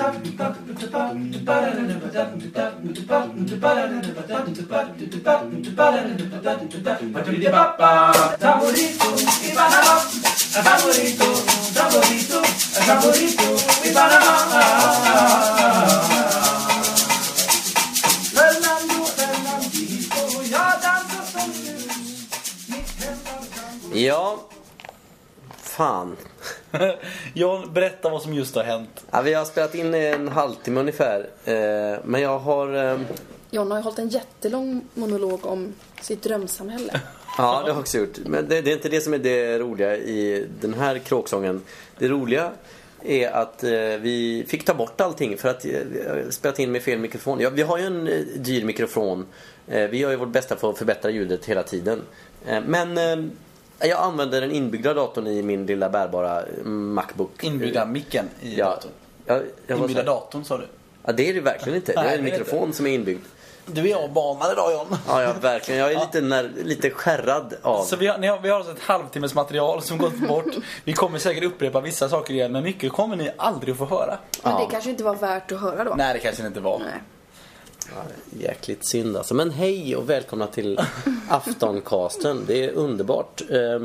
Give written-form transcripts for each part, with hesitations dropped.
Ja, fan. John, berätta vad som just har hänt. Ja, vi har spelat in en halvtimme ungefär. Men jag har... John har ju hållit en jättelång monolog om sitt drömsamhälle. Ja, det har jag också gjort. Men det är inte det som är det roliga i den här kråksången. Det roliga är att vi fick ta bort allting för att spelat in med fel mikrofon. Ja, vi har ju en dyr mikrofon. Vi gör ju vårt bästa för att förbättra ljudet hela tiden. Men jag använder den inbyggda datorn i min lilla bärbara Macbook. Inbyggda micken i datorn. Inbyggda datorn, sa du? Ja, det är det verkligen inte. Det är en mikrofon som är inbyggd. Du är avbanad idag, John. Ja, verkligen. Jag är lite skärrad av. Så vi har alltså ett halvtimmes material som gått bort. Vi kommer säkert upprepa vissa saker igen, men mycket kommer ni aldrig att få höra. Men det kanske inte var värt att höra då. Nej, det kanske inte var. Nej. Ja, jäkligt synd alltså. Men hej och välkomna till Aftoncasten. Det är underbart.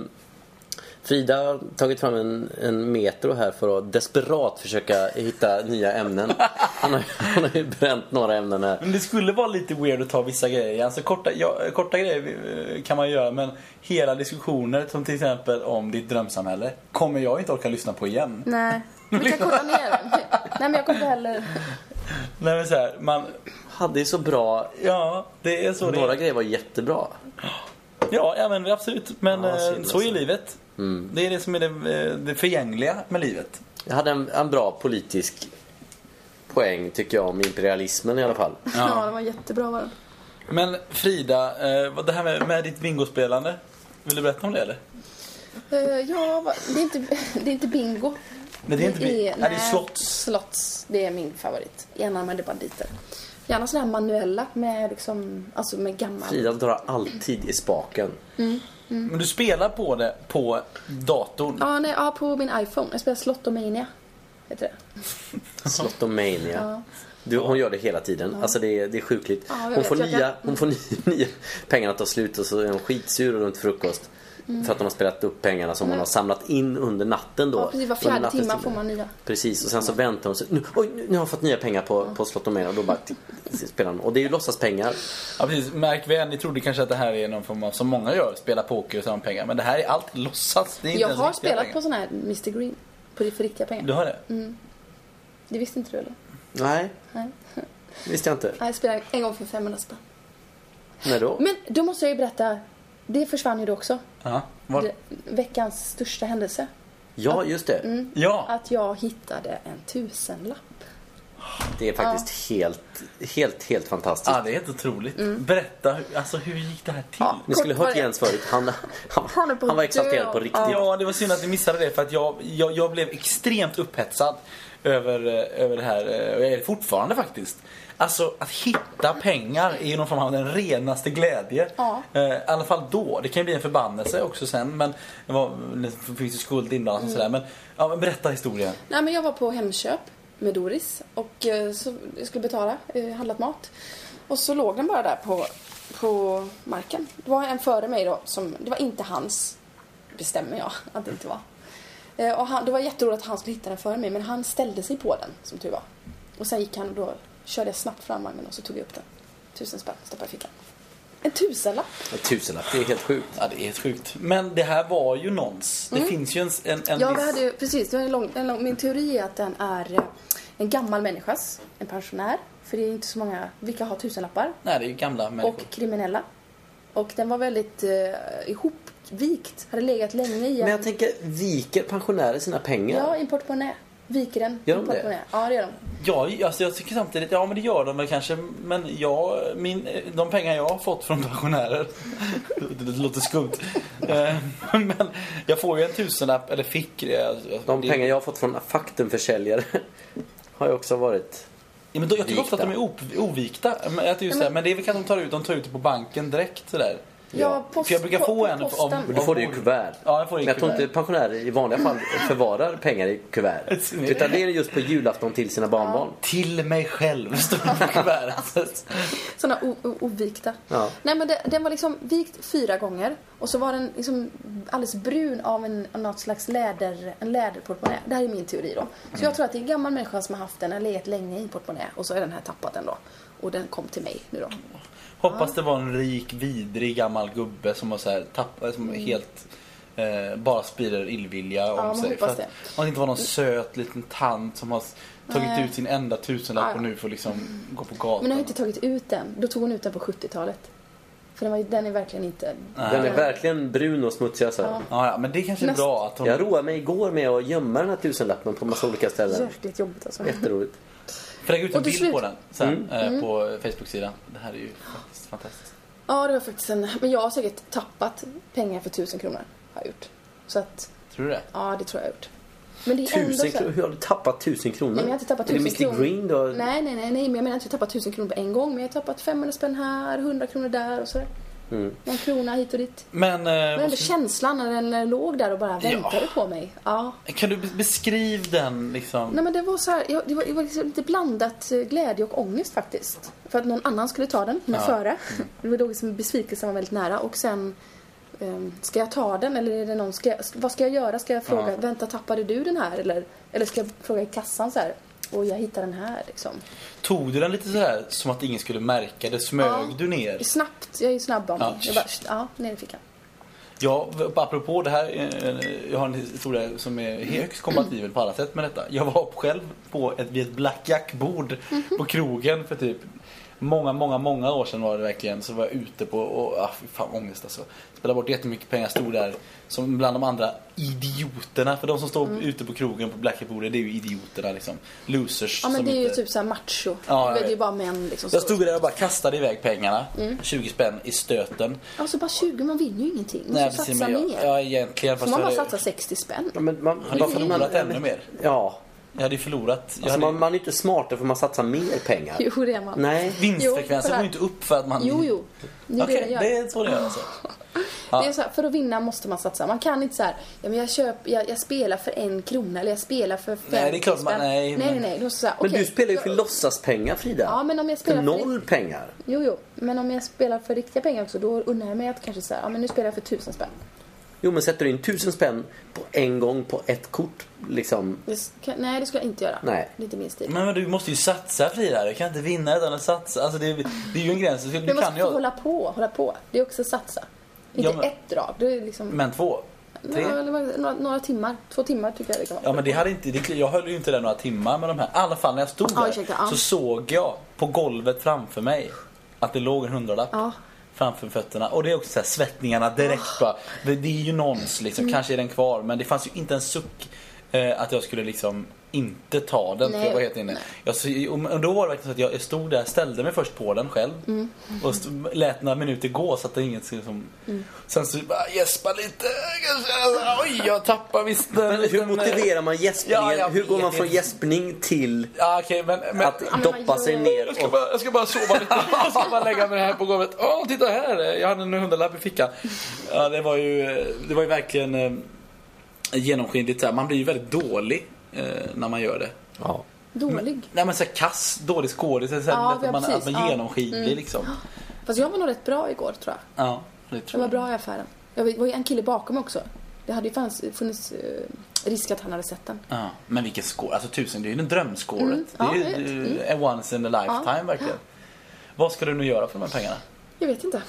Frida har tagit fram en metro här för att desperat försöka hitta nya ämnen. Han har ju bränt några ämnen här. Men det skulle vara lite weird att ta vissa grejer. Alltså korta grejer kan man göra, men hela diskussioner som till exempel om ditt drömsamhälle kommer jag inte orka lyssna på igen. Nej, vi kan kolla ner den. Nej, men jag kommer inte heller. Nej, men så här, man hade ju så bra. Ja, det är så. Några grejer var jättebra. Ja, men absolut. Men så är livet. Mm. Det är det som är det förgängliga med livet. Jag hade en bra politisk poäng tycker jag om imperialismen i alla fall. Ja, det var jättebra var det. Men Frida, det här med ditt bingospelande, vill du berätta om det eller? Ja, det är inte bingo. Men det är inte bingo. Nej, det är slots. Det är min favorit. Enarmade banditer. Gärna sådana här manuella med liksom, alltså med gammal. Frida drar alltid i spaken. Men du spelar på det på datorn? Ja, på min iPhone. Jag spelar Slotomania. Heter det. Slotomania. Ja. Hon gör det hela tiden. Ja. Alltså det är sjukligt. Ja, hon får nya pengar att ta slut och så är hon skitsur runt frukost. För att hon har spelat upp pengarna som hon har samlat in under natten då. Ja, precis. Var fjärde timme får man nya. Precis, och sen så väntar hon så, nu har jag fått nya pengar på Slotomania och då bara spelar hon. Och det är ju låtsaspengar. Ja, precis. Märk väl, ni trodde kanske att det här är någon form av, som många gör, spela poker och sådana pengar. Men det här är alltid låtsas. Det är inte jag har spelat pengar. På sån här Mr. Green. På riktiga pengar. Du har det? Det visste inte du eller? Nej. Visste jag inte. Nej, jag spelade en gång för 500 spänn. När då? Men då måste jag ju berätta. Det försvann ju då också. Veckans största händelse. Ja, just det. Ja. Att jag hittade en 1000-lapp. Det är faktiskt helt fantastiskt. Ja, det är helt otroligt. Berätta, alltså hur gick det här till? Ja, ni skulle hört Jens förut. Han var exalterad på riktigt. Ja, det var synd att ni missade det. För att jag blev extremt upphetsad över det här. Och jag är fortfarande faktiskt. Alltså att hitta pengar är ju någon form av den renaste glädje. I alla fall då. Det kan ju bli en förbannelse också sen. Men det finns ju skuld innan och sådär. Men berätta historien. Nej, men jag var på Hemköp med Doris. Och så jag skulle betala, handlat mat. Och så låg den bara där på marken. Det var en före mig då. Det var inte hans, bestämmer jag att det inte var. Och det var jätteroligt att han skulle hitta den före mig. Men han ställde sig på den, som tur var. Och sen gick han då, körde jag snabbt fram vagnen och så tog jag upp den. 1000 spänn, stoppade i fickan. En 1000-lapp. En 1000-lapp, det är helt sjukt. Ja, det är helt sjukt. Men det här var ju någons. Det finns ju en ja, vi hade precis. Det var en lång. Min teori är att den är en gammal människas, en pensionär. För det är inte så många, vilka har 1000-lappar. Nej, det är ju gamla människor. Och kriminella. Och den var väldigt ihopvikt. Hade legat länge i. Men jag tänker, viker pensionärer sina pengar? Ja, i en portmonnä. Viker den. Gör de det? Ja, det gör de. Ja, alltså jag tycker samtidigt, ja men det gör de väl kanske. Men de pengar jag har fått från pensionärer, det låter skumt. Men jag får ju en 1000-lapp, eller fick. De pengar jag har fått från faktumförsäljare har ju också varit... Ja, men jag tycker ofta att de är ovikta. Men det är väl att de tar ut det på banken direkt sådär. Ja, För jag brukar få en posten. Men du får det i kuvert. Ja, jag får det i Men jag tror kuvert. inte pensionärer i vanliga fall förvarar pengar i kuvert. Utan det är just på julafton till sina barnbarn. Till mig själv står det på kuvertet. Såna ovikta. Ja. Nej, men den var liksom vikt 4 gånger. Och så var den liksom alldeles brun av något slags läderportmonnä. Det här är min teori då. Så jag tror att det är en gammal människa som har haft den eller legat länge i portmonnä. Och så är den här tappat den då. Och den kom till mig nu då. Hoppas det var en rik, vidrig gammal gubbe som har så här tappat, som helt bara sprider illvilja om man sig. hoppas För det. att man inte var någon söt liten tant som har tagit ut sin enda tusenlapp Ja. och nu får liksom gå på gatan. Men jag har inte tagit ut den. Då tog hon ut den på 70-talet. För den är verkligen inte... Den är verkligen brun och smutsig alltså. Ja, men det kanske är bra att hon... Jag roade mig igår med att gömma den här tusenlappen på massa olika ställen. Jäkligt jobbigt alltså. Jätteroligt. Får lägga ut en Och till bild slut- på den sen på Facebook-sidan. Det här är ju faktiskt fantastiskt. Ja, det var faktiskt men jag har säkert tappat pengar för 1000 kronor. Har jag gjort. Så att, Tror du det? ja, det tror jag har gjort. Men det är ändå 1000 så kronor? här, Hur har du tappat 1000 kronor? Nej, men jag har inte tappat Är det 1000 Mr kronor. Green då? Nej, men jag menar inte att jag tappat 1000 kronor på en gång. Men jag har tappat 500 spänn här, 100 kronor där och sådär. Någon krona hit och dit. Men Men ändå känslan när den låg där och bara väntade på mig. Ja. kan du beskriva den liksom? Nej, men det var så här, det var liksom lite blandat glädje och ångest faktiskt. För att någon annan skulle ta den före. Det var då liksom besvikelsen var väldigt nära. Och sen, ska jag ta den eller är det någon, vad ska jag göra? Ska jag fråga, vänta, tappade du den här? Eller ska jag fråga i kassan så här? Och jag hittar den här liksom. Tog du den lite så här som att ingen skulle märka det? Smög du ner? Snabbt, jag är ju snabb om Ja. jag bara, ner i fickan. Ja, apropå det här, jag har en historia som är högst kompatibel på alla sätt med detta. Jag var själv vid ett blackjack-bord på krogen för typ många år sedan var det verkligen. Så var jag ute på, och fy fan ångest alltså. Spelade bort jättemycket pengar, stod där som bland de andra idioterna. För de som står ute på krogen på blackjack-bordet, det är ju idioterna liksom. Losers. Ja, men som det är ju inte... typ så här macho. Ja, jag det är ju vet. bara män liksom. Jag stod där och bara kastade iväg pengarna. 20 spänn i stöten. Alltså bara 20, man vinner ju ingenting. Man Nej, måste precis, satsa men mer. ja, egentligen. Får man bara satsa 60 spänn? Ja, men man Jag hade förlorat ännu mer. Ja. Jag hade ju förlorat. Alltså man är inte smartare för man satsar mer pengar. Jo, det är man. Nej. Vinstfrekvensen Jo, går ju inte upp för att man... Jo. Det är Okej, det den gör. det är så det gör alltså. Det är så här, för att vinna måste man satsa. Man kan inte så här, ja, men jag spelar för 1 krona eller jag spelar för 50 Nej, det är klart man- spänn. nej, Nej. Du måste så här, Men okej, du spelar ju för låtsaspengar, Frida. Ja, men om jag För spelar för 0 pengar. Jo. Men om jag spelar för riktiga pengar också, då unnar jag mig att kanske säga, ja men nu spelar jag för 1000 spänn. Jo, men sätter du in 1000 spänn på en gång på ett kort liksom. Nej, det skulle jag inte göra. Nej. Det är inte min stil. Men du måste ju satsa, Frida. Du kan inte vinna utan att satsa. Alltså det är ju en gräns. Du Du måste kan ju... få hålla på. Det är också att satsa. Inte Ja, men- ett drag. Det är liksom... Men 2, 3. Ja, eller några timmar. 2 timmar tycker jag det kan vara. Ja, men det hade inte... Jag höll ju inte där några timmar med de här. I alla fall när jag stod där ursäkta, ja. så såg jag på golvet framför mig att det låg en 100-lapp. Ja. Framför fötterna. Och det är också så här, svettningarna direkt bara. Det är ju nons liksom. Kanske är den kvar. Men det fanns ju inte en suck att jag skulle liksom inte ta den. För Nej. jag var helt inne. Och då var det verkligen så att jag stod där, ställde mig först på den själv. Och lät några minuter gå så att det inget skulle som... Sen så bara gäspa lite. Oj, jag tappar visst. Men hur motiverar man gäspningen? Ja, jag hur går man vet från inte. gäspning till Ja, okej, men att doppa sig ner? jag ska bara sova lite. Jag ska bara lägga mig här på golvet. Åh, titta här. Jag hade en 100-lapp i fickan. Ja, det var ju verkligen genomskinligt så här. Man blir ju väldigt dålig när man gör det. Ja. Dålig. Nej, men så här kass, dålig skådis, så här, Ja, att man precis. att man Ja. genomskinlig liksom. Fast jag var nog rätt bra igår, tror jag. Ja, det Jag tror var jag. bra i affären. Det var ju en kille bakom också. Det hade ju funnits risk att han hade sett den. Ja, men vilken score. Alltså 1000, det är ju en drömscoret. Ja, det är jag ju vet. en once in a lifetime verkligen. Vad ska du nu göra för de här pengarna? Jag vet inte.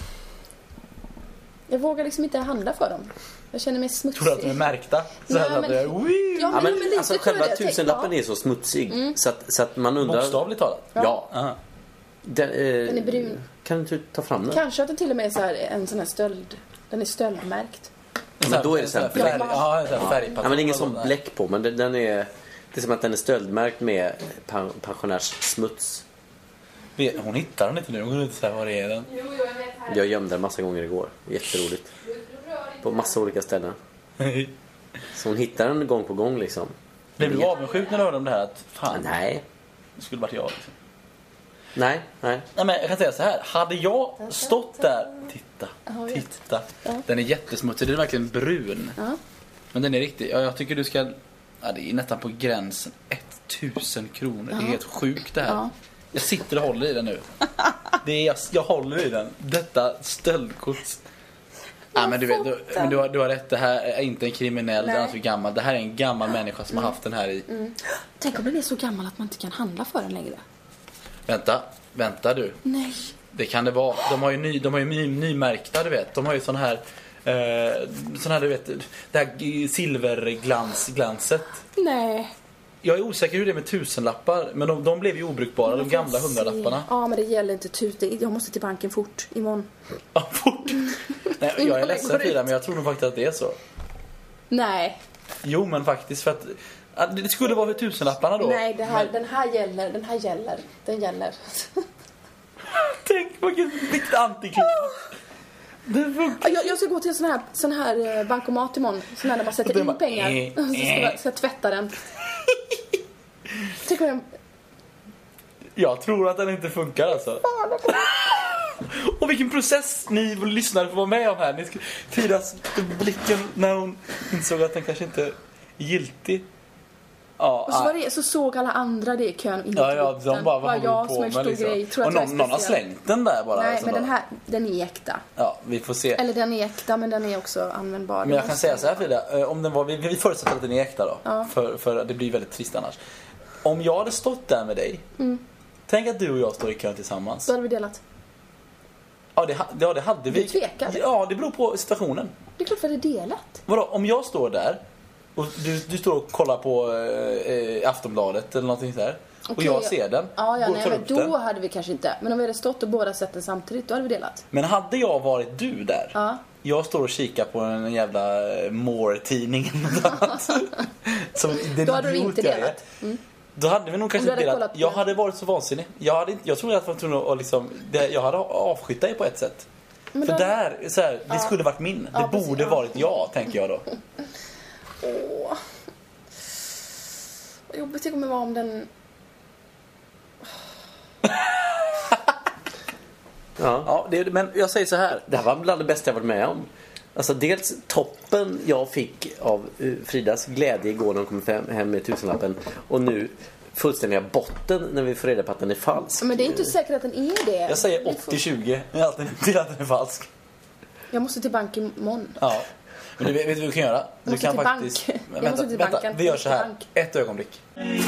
Jag vågar liksom inte handla för dem. Jag känner mig smutsig. Tror du att de är märkta? Så Nej, här, men- att det är, wii! Ja, Ja, men lite alltså tror jag själva det. Jag tusenlappen tänkte, är så smutsig så att man undrar. Bokstavligt talat. Ja. Aha. Den är brun. Kan du inte ta fram den? Kanske att det till och med är så här, en sån här stöld. Den är stöldmärkt. Men då är det så här färg, bläck. ja, en sån här färgpatron. Ja, men det är ingen sån och sånt bläck på, men den är. Det är som att den är stöldmärkt med pensionärssmuts. där. Hon hittar den inte nu. Hon går inte säga vad det är den. Jo, jag vet här. Jag gömde den massa gånger igår. Jätteroligt. På massa olika ställen. Så hon hittar den gång på gång liksom. Blev du avundsjuk när du hörde om det här? Att fan, Nej. det skulle varit jag liksom. Nej. Nej, men jag kan säga så här. Hade jag stått där... Titta. Den är jättesmutsig. Den är verkligen brun. Men den är riktig. Ja, jag tycker du ska... Ja, det är nästan på gränsen. 1000 kronor. Det är helt sjukt det här. Jag sitter och håller i den nu. Jag håller i den. Detta stöldkort. Ja, men du vet, du har rätt. Det här är inte en kriminell. Den är så gammal. Det här är en gammal människa som har haft den här i. Tänk om den är så gammal att man inte kan handla för den längre. Vänta du. Nej. Det kan det vara. De har ju nymärkta, du vet. De har ju sån här du vet, det här silverglanset. Nej. Jag är osäker hur det är med tusenlappar, men de blev ju obrukbara, de gamla 100-lapparna. Ja, men det gäller inte tusen. Jag måste till banken fort imorgon. Ja, fort. Nej, jag är ledsen för det, men jag tror nog faktiskt att det är så. Nej. Jo, men faktiskt för att det skulle vara för tusenlapparna då. Nej, den här gäller. Den gäller. Tänk vilket antiklimat. Jag ska gå till en sån här bankomat imorgon. Sån här där man sätter in pengar. Så ska jag tvätta den. Tänk om jag... Jag tror att den inte funkar alltså. Och vilken process ni lyssnare får vara med om här. Ni ska Fridas blicken när hon insåg att den kanske inte är giltig. Ja, och så såg alla andra det i kön in. Ja, de bara var jag på med liksom. Grej. Tror och någon har slängt den där bara. Nej, men den här, den är äkta. Ja, vi får se. Eller den är äkta, men den är också användbar. Men jag kan säga så här, Frida, om den var, vi förutsätter att den är äkta då. Ja. För det blir väldigt trist annars. Om jag hade stått där med dig, tänk att du och jag står i kön tillsammans. Då hade vi delat. Ja, det hade vi. Du tvekade? Ja, det beror på situationen. Det är klart att det är delat. Vadå, om jag står där och du står och kollar på Aftonbladet eller någonting så här. Okay, och jag ser den. Då hade vi kanske inte. Men om vi hade stått och båda sett den samtidigt, då hade vi delat. Men hade jag varit du där? Jag står och kikar på en jävla More-tidning. Då hade du inte delat. Då hade vi nog kanske delat. Jag hade varit så vansinnig. Jag tror att jag hade avskytt dig på ett sätt. Men för där, så här, det skulle varit min. Det borde varit jag, tänker jag då. Vad jobbigt det kommer vara om den... Men jag säger så här. Det här var bland det bästa jag varit med om. Alltså dels toppen jag fick av Fridas glädje igår när hon kom hem med tusenlappen. Och nu fullständiga botten när vi får reda på att den är falsk. Men det är inte säkert att den är det. Jag säger 80-20 till att den är falsk. Jag måste till banken imorgon. Ja. Men du vet vad du kan göra? Du kan faktiskt... Vänta, vi gör så här. Ett ögonblick.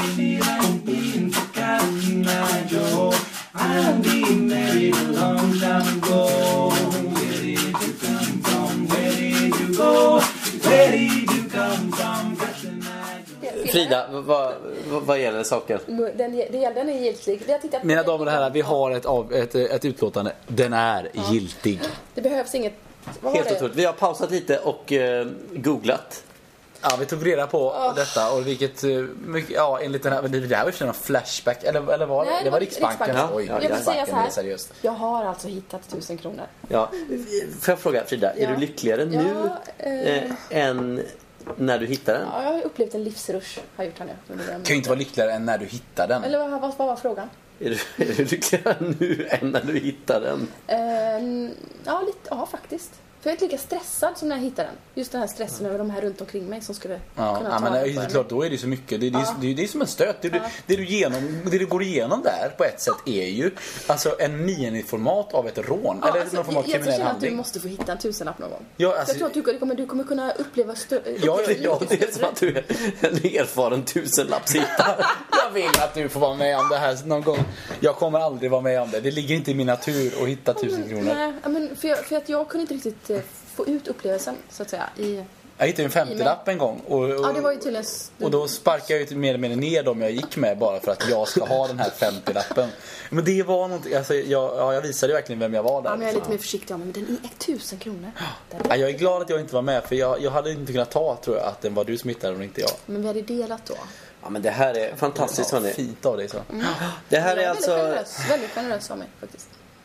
Frida, vad gäller saken? Den är giltig. Mina damer och herrar, vi har ett utlåtande. Den är giltig. Det behövs inget... Helt otroligt. Vi har pausat lite och googlat. Ja, vi tog reda på detta och vilket enligt den här, det här var ju en flashback eller var det? Det var Riksbanken. Oj, jag vill säga så här. Seriöst. Jag har alltså hittat 1000 kronor. Ja, får jag fråga Frida, är du lyckligare nu än när du hittade den? Ja, jag har upplevt en livsrush har gjort här nu. Kan ju inte vara lyckligare än när du hittade den. Eller vad var frågan? Är du lyckligare nu än när du hittade den? Ja, faktiskt. För jag är inte lika stressad som när jag hittade den. Just den här stressen över de här runt omkring mig som skulle kunna ta men det är klart, då är det så mycket. Det är som en stöt. Det du går igenom där på ett sätt är ju alltså en miniformat av ett rån. Eller någon form av kriminell handling. Att du måste få hitta en tusenlapp någon gång. Ja, alltså, jag tror att du kommer kunna uppleva det är som att du är en erfaren tusenlappshittare. Jag vill att du får vara med om det här någon gång. Jag kommer aldrig vara med om det. Det ligger inte i min natur att hitta 1000 kronor. Nej, men för att jag kunde inte riktigt få ut upplevelsen så att säga jag hittade en 50-lapp en gång och det var ju tydligen... Och då sparkade jag ju mer eller mindre ner dem jag gick med bara för att jag ska ha den här 50-lappen. Men det var någonting, alltså jag visade ju verkligen vem jag var där. Ja, men jag är lite mer försiktig men den är 1000 kronor. Jag är glad att jag inte var med för jag hade inte kunnat tror jag att den var du som hittade och inte jag. Men vi hade delat då. Ja, men det här är fantastiskt hörni. Fint av dig så. Det här är alltså väldigt generöst av mig faktiskt.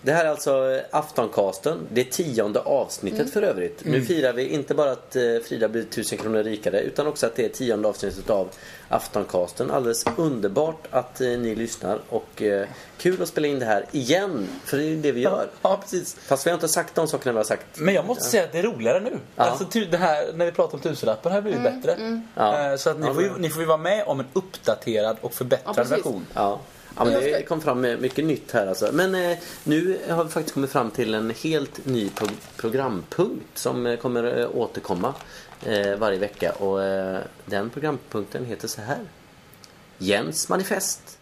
Det här är alltså Aftoncasten. Det är 10:e avsnittet för övrigt. Nu firar vi inte bara att Frida blir 1000 kronor rikare, utan också att det är 10:e avsnittet av Aftoncasten. Alldeles underbart att ni lyssnar, och kul att spela in det här igen, för det är det vi gör. Ja, precis. Fast vi har inte sagt de sakerna vi har sagt. Men jag måste säga att det är roligare nu. Ja. Alltså det här, när vi pratar om tusenlappen, här blir det bättre. Ja. Så att ni får ju vara med om en uppdaterad och förbättrad version. Ja. Ja, men det kom fram mycket nytt här alltså. Men nu har vi faktiskt kommit fram till en helt ny programpunkt som kommer återkomma varje vecka. Och den programpunkten heter så här: Jens manifest.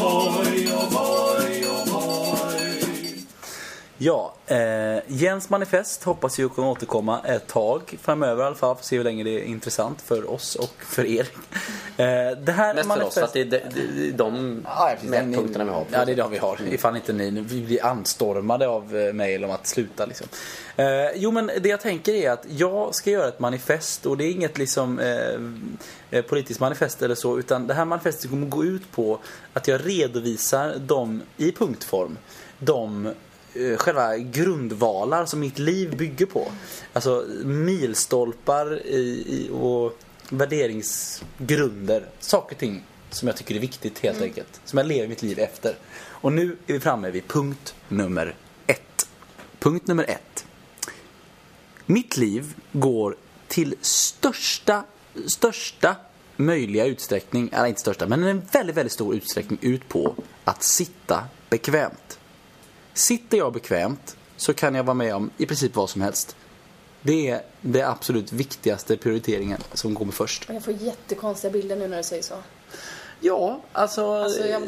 Ja, Jens manifest hoppas ju kunna återkomma ett tag framöver i alla fall, för att se hur länge det är intressant för oss och för er. Det här mest manifest... för oss, att det är de punkterna vi har. Ja, det är det vi har. Ifall inte ni blir anstormade av mejl om att sluta liksom. Jo, men det jag tänker är att jag ska göra ett manifest, och det är inget liksom politiskt manifest eller så, utan det här manifestet kommer gå ut på att jag redovisar dem i punktform, själva grundvalar som mitt liv bygger på. Alltså milstolpar och värderingsgrunder. Saker och ting som jag tycker är viktigt helt enkelt. Som jag lever mitt liv efter. Och nu är vi framme vid punkt nummer 1. Punkt nummer 1. Mitt liv går till största möjliga utsträckning, eller inte största, men en väldigt, väldigt stor utsträckning ut på att sitta bekvämt. Sitter jag bekvämt så kan jag vara med om i princip vad som helst. Det är det absolut viktigaste prioriteringen som kommer först. Jag får jättekonstiga bilder nu när du säger så. Ja, alltså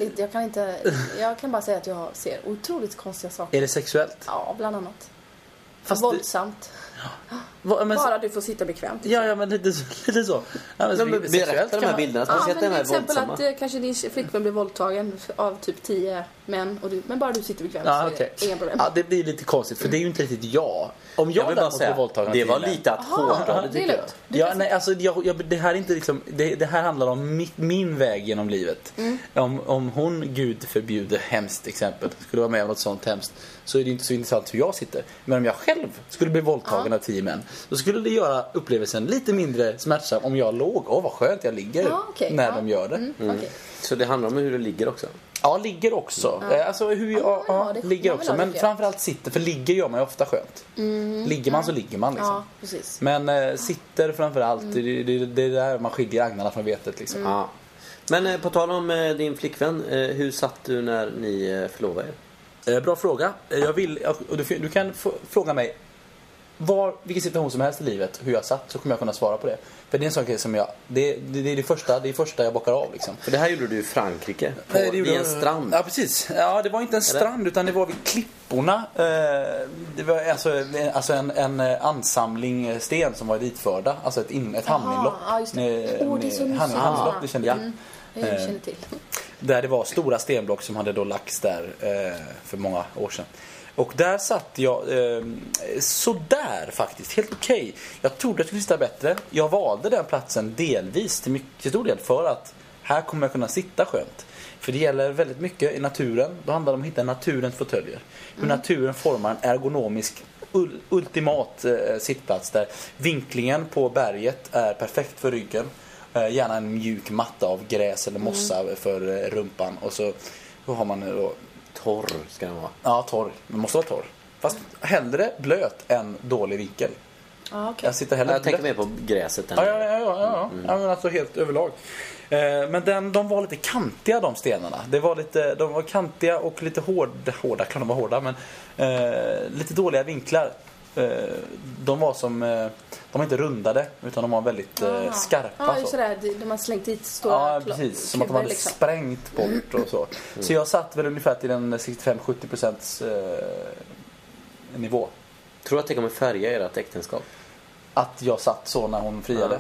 jag kan bara säga att jag ser otroligt konstiga saker. Är det sexuellt? Ja, bland annat. Fast våldsamt. Bara du får sitta bekvämt. Ja, men lite så. Ja, men berätta de här bilderna. Ja, men till exempel att kanske din flickvän blir våldtagen av typ 10 män. Men bara du sitter bekvämt, ja, så är det inga problem. Ja, det blir lite konstigt, för det är ju inte riktigt jag. Om jag vill bara säga, det var lite att hårdra det, tycker jag. Ja, nej, alltså, det här är inte liksom, det här handlar om min väg genom livet. Om hon, Gud förbjuder, hemskt exempel, skulle vara med om något sånt hemskt, så är det inte så intressant hur jag sitter. Men om jag själv skulle bli våldtagen av 10 män, då skulle det göra upplevelsen lite mindre smärtsam om jag låg. Vad skönt jag ligger när de gör det. Okay. Så det handlar om hur du ligger också? Ja, ligger också. Alltså hur jag ligger också. Men framförallt sitter, för ligger gör man ju ofta skönt. Ligger man så ligger man liksom. Ja, precis. Men sitter framförallt, det är där man skiljer agnarna från vetet liksom. Ja. Men på tal om din flickvän, hur satt du när ni förlovade er? Bra fråga. Du kan fråga mig vilken situation som helst i livet, hur jag satt, så kommer jag kunna svara på det. För det är en sån grej som det är det första jag bockar av liksom. För det här gjorde du i Frankrike vid en strand. Ja, precis. Ja, det var inte en strand, utan det var vid klipporna. Det var alltså en ansamling sten som var ditförda, alltså ett hamninlopp. Ja, just det. Det är så hamninlopp, det kände jag. Jag känner till. Där det var stora stenblock som hade då lagts där för många år sedan. Och där satt jag sådär faktiskt, helt okej. Jag trodde att jag skulle sitta bättre. Jag valde den platsen delvis till stor del för att här kommer jag kunna sitta skönt. För det gäller väldigt mycket i naturen. Då handlar det om att hitta naturens fåtöljer. Hur naturen formar en ergonomisk ultimat sittplats där vinklingen på berget är perfekt för ryggen. Gärna en mjuk matta av gräs eller mossa för rumpan. Och så har man då torr ska den vara. Ja, torr. Den måste vara torr. Fast hellre blöt än dålig vinkel. Ah, okay. Jag tänker mer på gräset. Ja, men alltså helt överlag. Men de var lite kantiga, de stenarna. De var kantiga och lite hårda kan de vara hårda, men lite dåliga vinklar. De var inte rundade, utan de var väldigt skarpa. Ja, just det. De har slängt dit stora. Ja, precis. Som att de hade sprängt bort och så. Så jag satt väl ungefär till en 65-70% nivå. Tror du att det kommer färga ert äktenskap? Att jag satt så när hon friade?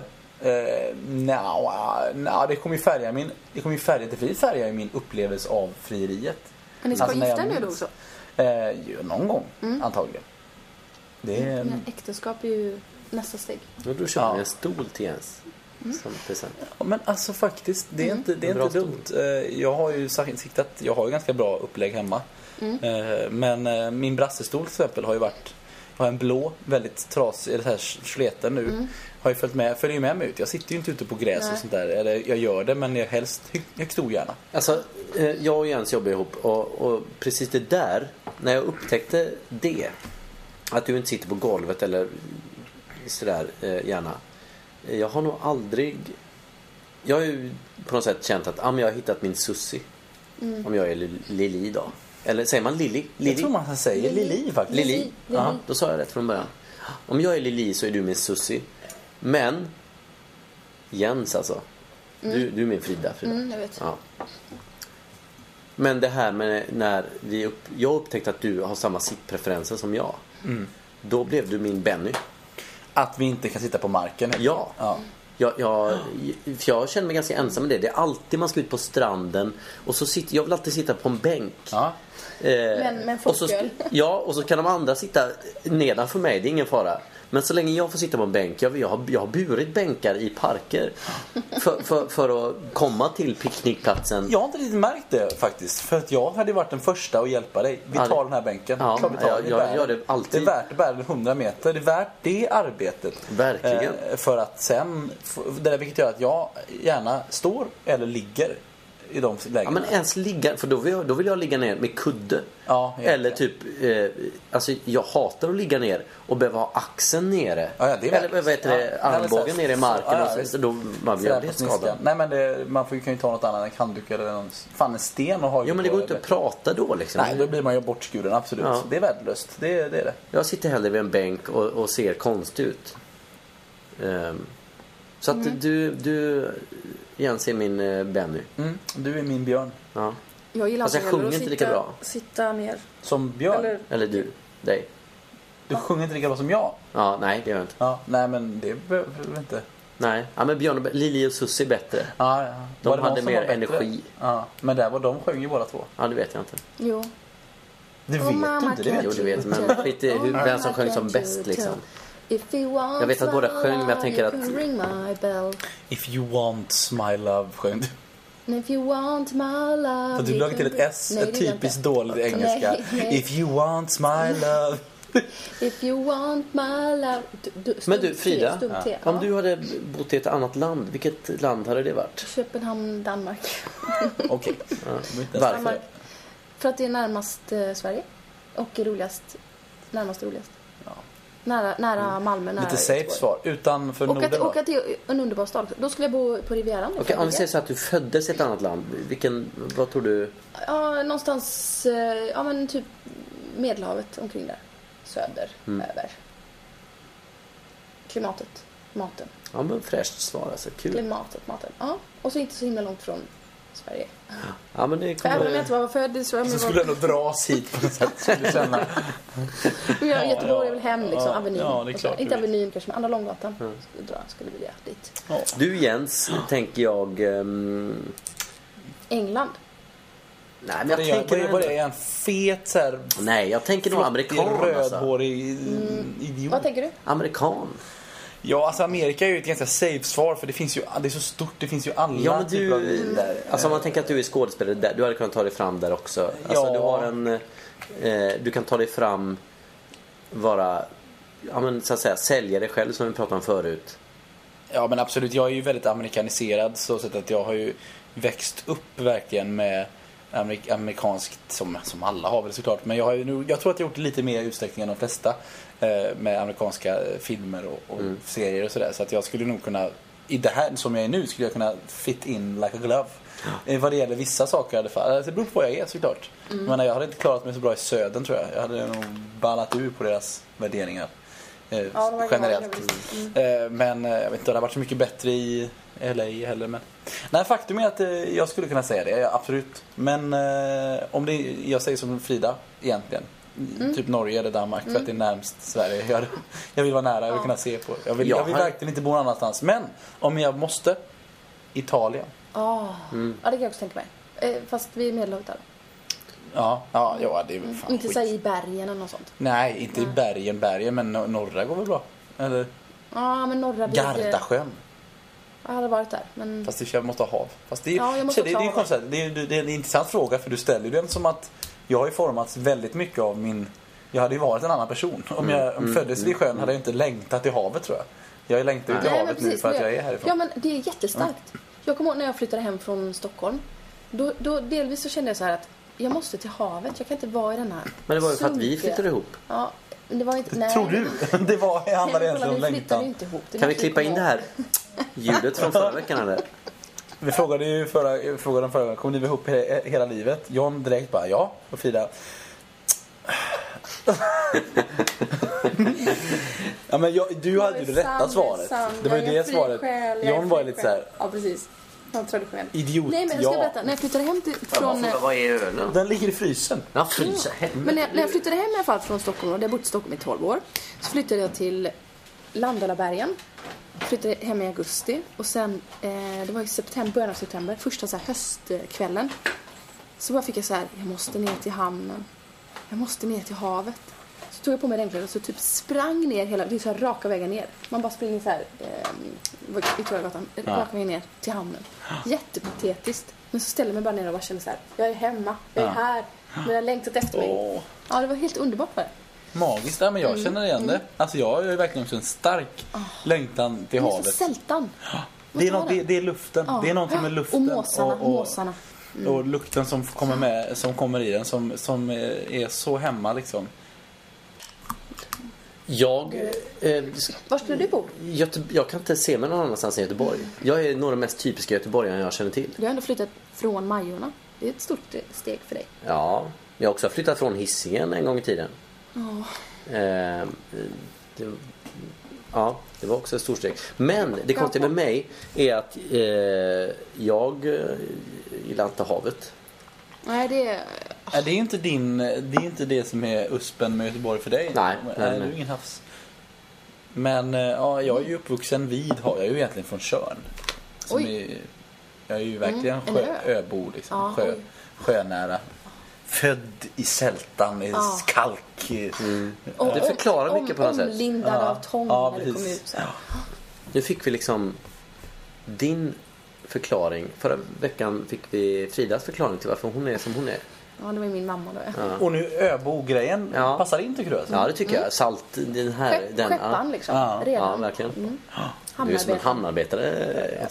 Det kommer ju färga min upplevelse av frieriet. Men ni ska alltså, gifta nu då också? Någon gång, antagligen. Äktenskap är ju nästa steg. Och då kör vi en stol till Jens. som present. Ja, men alltså faktiskt, det är inte bra dumt. Jag har ju siktat, jag har ju ganska bra upplägg hemma. Men min brassestol till exempel har ju varit, jag har en blå, väldigt trasig, eller så här sleten nu. Har ju följer med mig ut. Jag sitter ju inte ute på gräs och sånt där. Eller jag gör det, men jag helst högst ogärna. Alltså, jag och Jens jobbar ihop och precis det där, när jag upptäckte det, att du inte sitter på golvet eller sådär gärna. Jag har nog aldrig, jag har ju på något sätt känt att jag har hittat min Sussi. Om jag är Lili då. Eller säger man Lili? Jag tror man säger Lili faktiskt. Lili. Ja, då sa jag rätt från början. Om jag är Lili så är du min Sussi. Men Jens alltså. Du är min Frida. Jag vet. Ja. Men det här med när jag upptäckte att du har samma sittpreferenser som jag. Då blev du min Benny. Att vi inte kan sitta på marken. Ja. Jag känner mig ganska ensam med det. Det är alltid man ska ut på stranden. Och så jag vill alltid sitta på en bänk. Ja. Men folköl. Och så kan de andra sitta nedanför mig. Det är ingen fara. Men så länge jag får sitta på en bänk. Jag har burit bänkar i parker för att komma till picknickplatsen. Jag har inte riktigt märkt det faktiskt. För att jag hade varit den första att hjälpa dig. Vi tar den här bänken. Ja, jag gör det alltid. Det är värt att bära 100 meter. Det är värt det arbetet. Verkligen. För att sen, vilket gör att jag gärna står eller ligger i de lägena. Ja, men ens ligga, för då vill jag ligga ner med kudde. Ja, eller typ alltså jag hatar att ligga ner och behöva ha axeln nere. Ja, det är eller vad heter det, armbågen nere i marken och så då man blir det skadad. Nej, men man kan ju ta något annat, en handduk eller en sten och ha. Ja, men det går inte att prata då liksom. Nej, då blir man ju bortskuren, absolut. Ja. Det är värdelöst. Det är det. Jag sitter hellre vid en bänk och ser konstigt ut. Så att du Jens är min Benny. Du är min björn. Ja. Jag gillar alltså, jag sjunger inte lika bra. Sitta ner. Som björn? Eller dig. Du sjunger inte lika bra som jag? Ja, nej det gör jag inte. Ja, nej men det behöver du inte. Nej, ja, men Björn och Lili och Sussi är bättre. Ja. De hade mer energi. Ja, men de sjöng ju båda två. Ja, det vet jag inte. Jo. Det vet du inte, det vet jo, det vet men skit i vem som sjöng som bäst liksom. Jag vet att båda sjöng, men jag tänker att If you want my love sjöng du. If you want my love. Så du lagt till ett S, ett typiskt dåligt engelska. Nej. If you want my love. If you want my love. Men du, Frida, om du hade bott i ett annat land, vilket land hade det varit? Köpenhamn, Danmark. Okej. Varför? För att det är närmast Sverige. Och närmast roligast. Ja. Nära Malmö, nära lite safe svar. Utanför Norden då? Åka till en underbar stad. Då skulle jag bo på Rivieran. Okej, om vi säger så att du föddes i ett annat land. Vad tror du? Ja, någonstans, men typ Medelhavet omkring där. Söder, över. Klimatet, maten. Ja, men fräscht svar, alltså kul. Klimatet, maten. Ja, och så inte så himla långt från Sverige. Ja, men det kommer... Även om jag inte var född i Sverige. Så skulle jag nog dras hit på något sätt. Skulle känna. Göteborg är väl hem liksom, Avenyn. Ja, det är klart. Inte Avenyn kanske, men Andra Långgatan. Skulle vilja dit. Ja. Du Jens, tänker jag... England. Nej, men jag tänker... Vad är en fet så här... Nej, jag tänker nog amerikan. Rödhårig idiot. Vad tänker du? Amerikan. Ja, alltså Amerika är ju ett ganska safe svar. För det finns ju, det är så stort, det finns ju alla ja, men typer av där. Alltså om man tänker att du är skådespelare där, du hade kunnat ta dig fram där också. Alltså ja. du har en... du kan ta dig fram, vara... Ja, men så att säga, sälja dig själv som vi pratade om förut. Ja, men absolut. Jag är ju väldigt amerikaniserad. Så att jag har ju växt upp verkligen med amerikanskt, som alla har väl såklart. Men jag tror att jag gjort det lite mer utsträckning än de flesta med amerikanska filmer och serier och sådär. Så att jag skulle nog kunna, i det här som jag är nu, skulle jag kunna fit in like a glove. Vad det gäller vissa saker i alla fall. Det beror på vad jag är såklart. Men jag hade inte klarat mig så bra i södern, tror jag. Jag hade nog ballat ur på deras värderingar. Generellt. Men jag vet inte, det har varit så mycket bättre i LA heller. Men... Nej, faktum är att jag skulle kunna säga det, ja, absolut. Men om jag säger som Frida egentligen, typ Norge eller Danmark, för att det är närmast Sverige. Jag vill vara nära, jag vill kunna se på. Jag vill verkligen inte bo någon annanstans. Men om jag måste, Italien. Ja, det kan jag också tänka mig. Fast vi är Medelhavet där. Ja, det är väl fan inte så i bergen eller något sånt. Nej, inte i bergen, men norra går väl bra. Eller? Ja, men norra... Gardasjön. Jag hade varit där. Men... Fast du måste ha hav. Fast det är, Ja, jag måste det är ju konstigt. Det är en intressant fråga, för du ställer den som att jag har ju formats väldigt mycket av min... Jag hade ju varit en annan person. Om jag föddes vid sjön hade jag inte längtat till havet, tror jag. Jag längtar ju till havet nu för att jag är härifrån. Ja, men det är jättestarkt. Jag kommer ihåg när jag flyttade hem från Stockholm. Då delvis så kände jag så här att jag måste till havet. Jag kan inte vara i den här. Men det var ju för att vi flyttade ihop. Ja, men det var inte... Nej. Tror du? Det handlade egentligen om Vi flyttade längtan. inte ihop. Kan vi klippa in det här ljudet från förra veckan eller? Vi frågade ju förra gången, kommer ni ihop hela livet? John direkt bara ja, och Frida. Ja, men du hade ju det rätta svaret. Det var ju det svaret. John var ju lite så här. Ja, precis. Traditionell. Idiot. Nej, men jag ska berätta. När jag flyttade hem från... Vad är ölen? Den ligger i frysen. Ja, frysen. Men när jag flyttade hem i alla fall från Stockholm, och jag har bott i Stockholm i 12 år, så flyttade jag till Landalabergen. Flyttade hem i augusti. Och sen, det var i början av september, första så här höstkvällen. Så bara fick jag så här, jag måste ner till hamnen. Jag måste ner till havet. Så tog jag på mig regnkläder och så typ sprang ner hela, det är så här raka vägen ner. Man bara springer så här, Victoriagatan, raka vägen ner till hamnen. Jättepatetiskt. Men så ställde jag mig bara ner och bara kände så här, jag är hemma, jag är här. Men jag har längtat efter mig. Ja, det var helt underbart för det. Magiskt, men jag känner igen det. Alltså jag har ju verkligen också en stark längtan till havet. Det är så sältan. Det är luften. Det är någonting med luften. Och måsarna. Och lukten som kommer i den som är så hemma liksom. Var skulle du bo? Jag kan inte se mig någon annanstans än Göteborg. Jag är nog den mest typiska göteborgaren jag känner till. Du har ändå flyttat från Majorna. Det är ett stort steg för dig. Ja, jag har också flyttat från Hisingen en gång i tiden. Det var också ett stort steg. Men det konstiga med mig är att jag gillar inte havet. Nej, det är inte det som är uspen med Göteborg för dig. Nej. Det är ingen havs. Men jag är ju uppvuxen vid hav. Jag är ju egentligen från Tjörn. Jag är ju verkligen öbo liksom. Sjönära. Född i sältan, i kalk. Det förklarar mycket på något sätt. Omlindad av tång när det kom ut så här. Nu fick vi liksom din förklaring. Förra veckan fick vi Fridas förklaring till varför hon är som hon är. Ja, det var min mamma då. Ja. Och nu Öbo-grejen passar in, tycker du? Alltså? Ja, det tycker jag. Salt, den här... Skeppan liksom. Redan. Ja, verkligen. Du är som en hamnarbetare.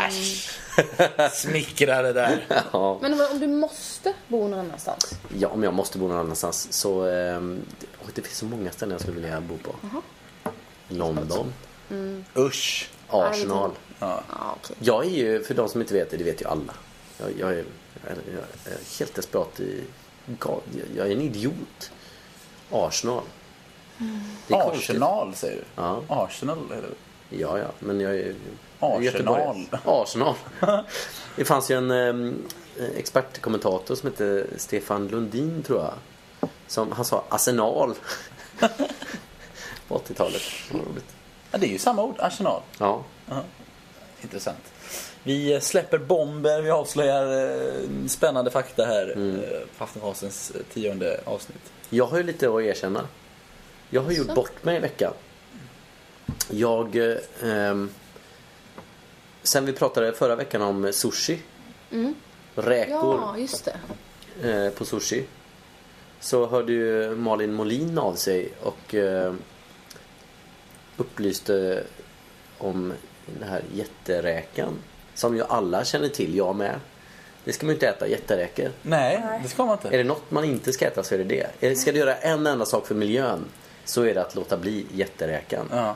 Smickrade där. Ja. Men om du måste bo någon annanstans? Ja, om jag måste bo någon annanstans så... det finns så många ställen jag skulle vilja bo på. London. Usch. Arsenal. Okay. Jag är ju, för de som inte vet det vet ju alla. Jag är helt desperat jag är en idiot. Arsenal. Arsenal säger du? Ja. Arsenal eller? Ja, men jag är Arsenal. Det fanns ju en expertkommentator som heter Stefan Lundin, tror jag. Han sa Arsenal på 80-talet. Ja, det är ju samma ord, Arsenal. Ja. Intressant. Vi släpper bomber, vi avslöjar spännande fakta här på Aftenpostens 10:e avsnitt. Jag har ju lite att erkänna. Jag har gjort bort mig i veckan. Sen vi pratade förra veckan om sushi. Räkor. Ja, just det. På sushi. Så hörde ju Malin Molin av sig och upplyste om den här jätteräkan. Som ju alla känner till, jag med. Det ska man ju inte äta, jätteräkor. Nej, det ska man inte. Är det något man inte ska äta så är det det. Ska du göra en enda sak för miljön så är det att låta bli jätteräkan. Ja.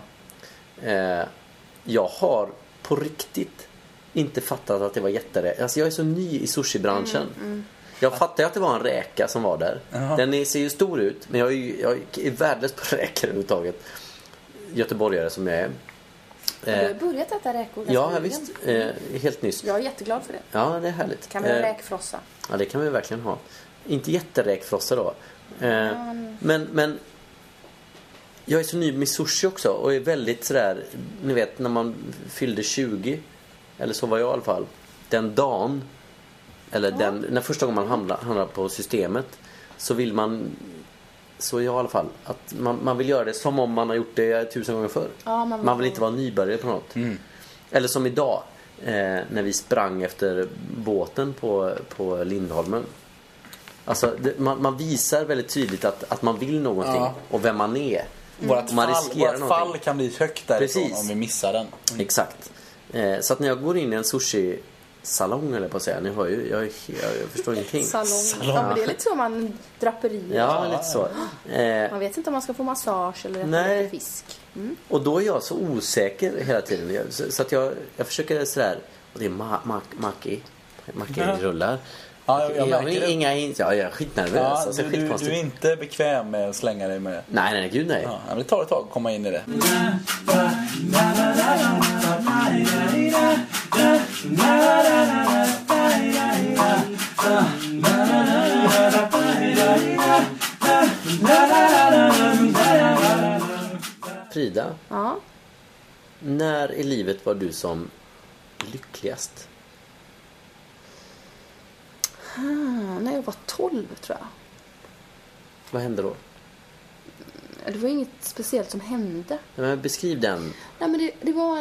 Jag har på riktigt inte fattat att det var jätteräka. Alltså jag är så ny i sushi-branschen. Jag fattade att det var en räka som var där. Den ser ju stor ut, men jag är värdelös på räkor överhuvudtaget. Göteborgare som jag är. Du har börjat äta räkor. Ja, visst. Helt nyss. Jag är jätteglad för det. Ja, det är härligt. Kan vi ha räkfrossa? Ja, det kan vi verkligen ha. Inte jätteräkfrossa då. Men jag är så ny med sushi också. Och är väldigt sådär, ni vet, när man fyllde 20. Eller så var jag i alla fall. Den dagen. Eller när första gången man handlar på systemet. Så vill man... Så i alla fall att man vill göra det som om man har gjort det 1000 gånger förr. Ja, man vill inte vara nybörjare på något. Eller som idag när vi sprang efter båten på Lindholmen. Alltså man visar väldigt tydligt att man vill någonting och vem man är. Vårt fall kan bli högt därifrån. Precis. Om vi missar den. Exakt. Så att när jag går in i en sushi-salong eller på att säga, ni hör ju, jag förstår ingenting. Salong. Ja, men det är lite så man draperier. Ja, lite så. Man vet inte om man ska få massage eller äta fisk. Och då är jag så osäker hela tiden. Så att jag försöker sådär, och det är Mackie-rullar. Ja, jag är skitnervös. Ja, du är inte bekväm med att slänga dig med. Nej, gud nej. Ja, men det tar ett tag att komma in i det. Frida. Ja. När i livet var du som lyckligast? När jag var 12 tror jag. Vad hände då? Det var inget speciellt som hände. Men beskriv den. Nej, men det var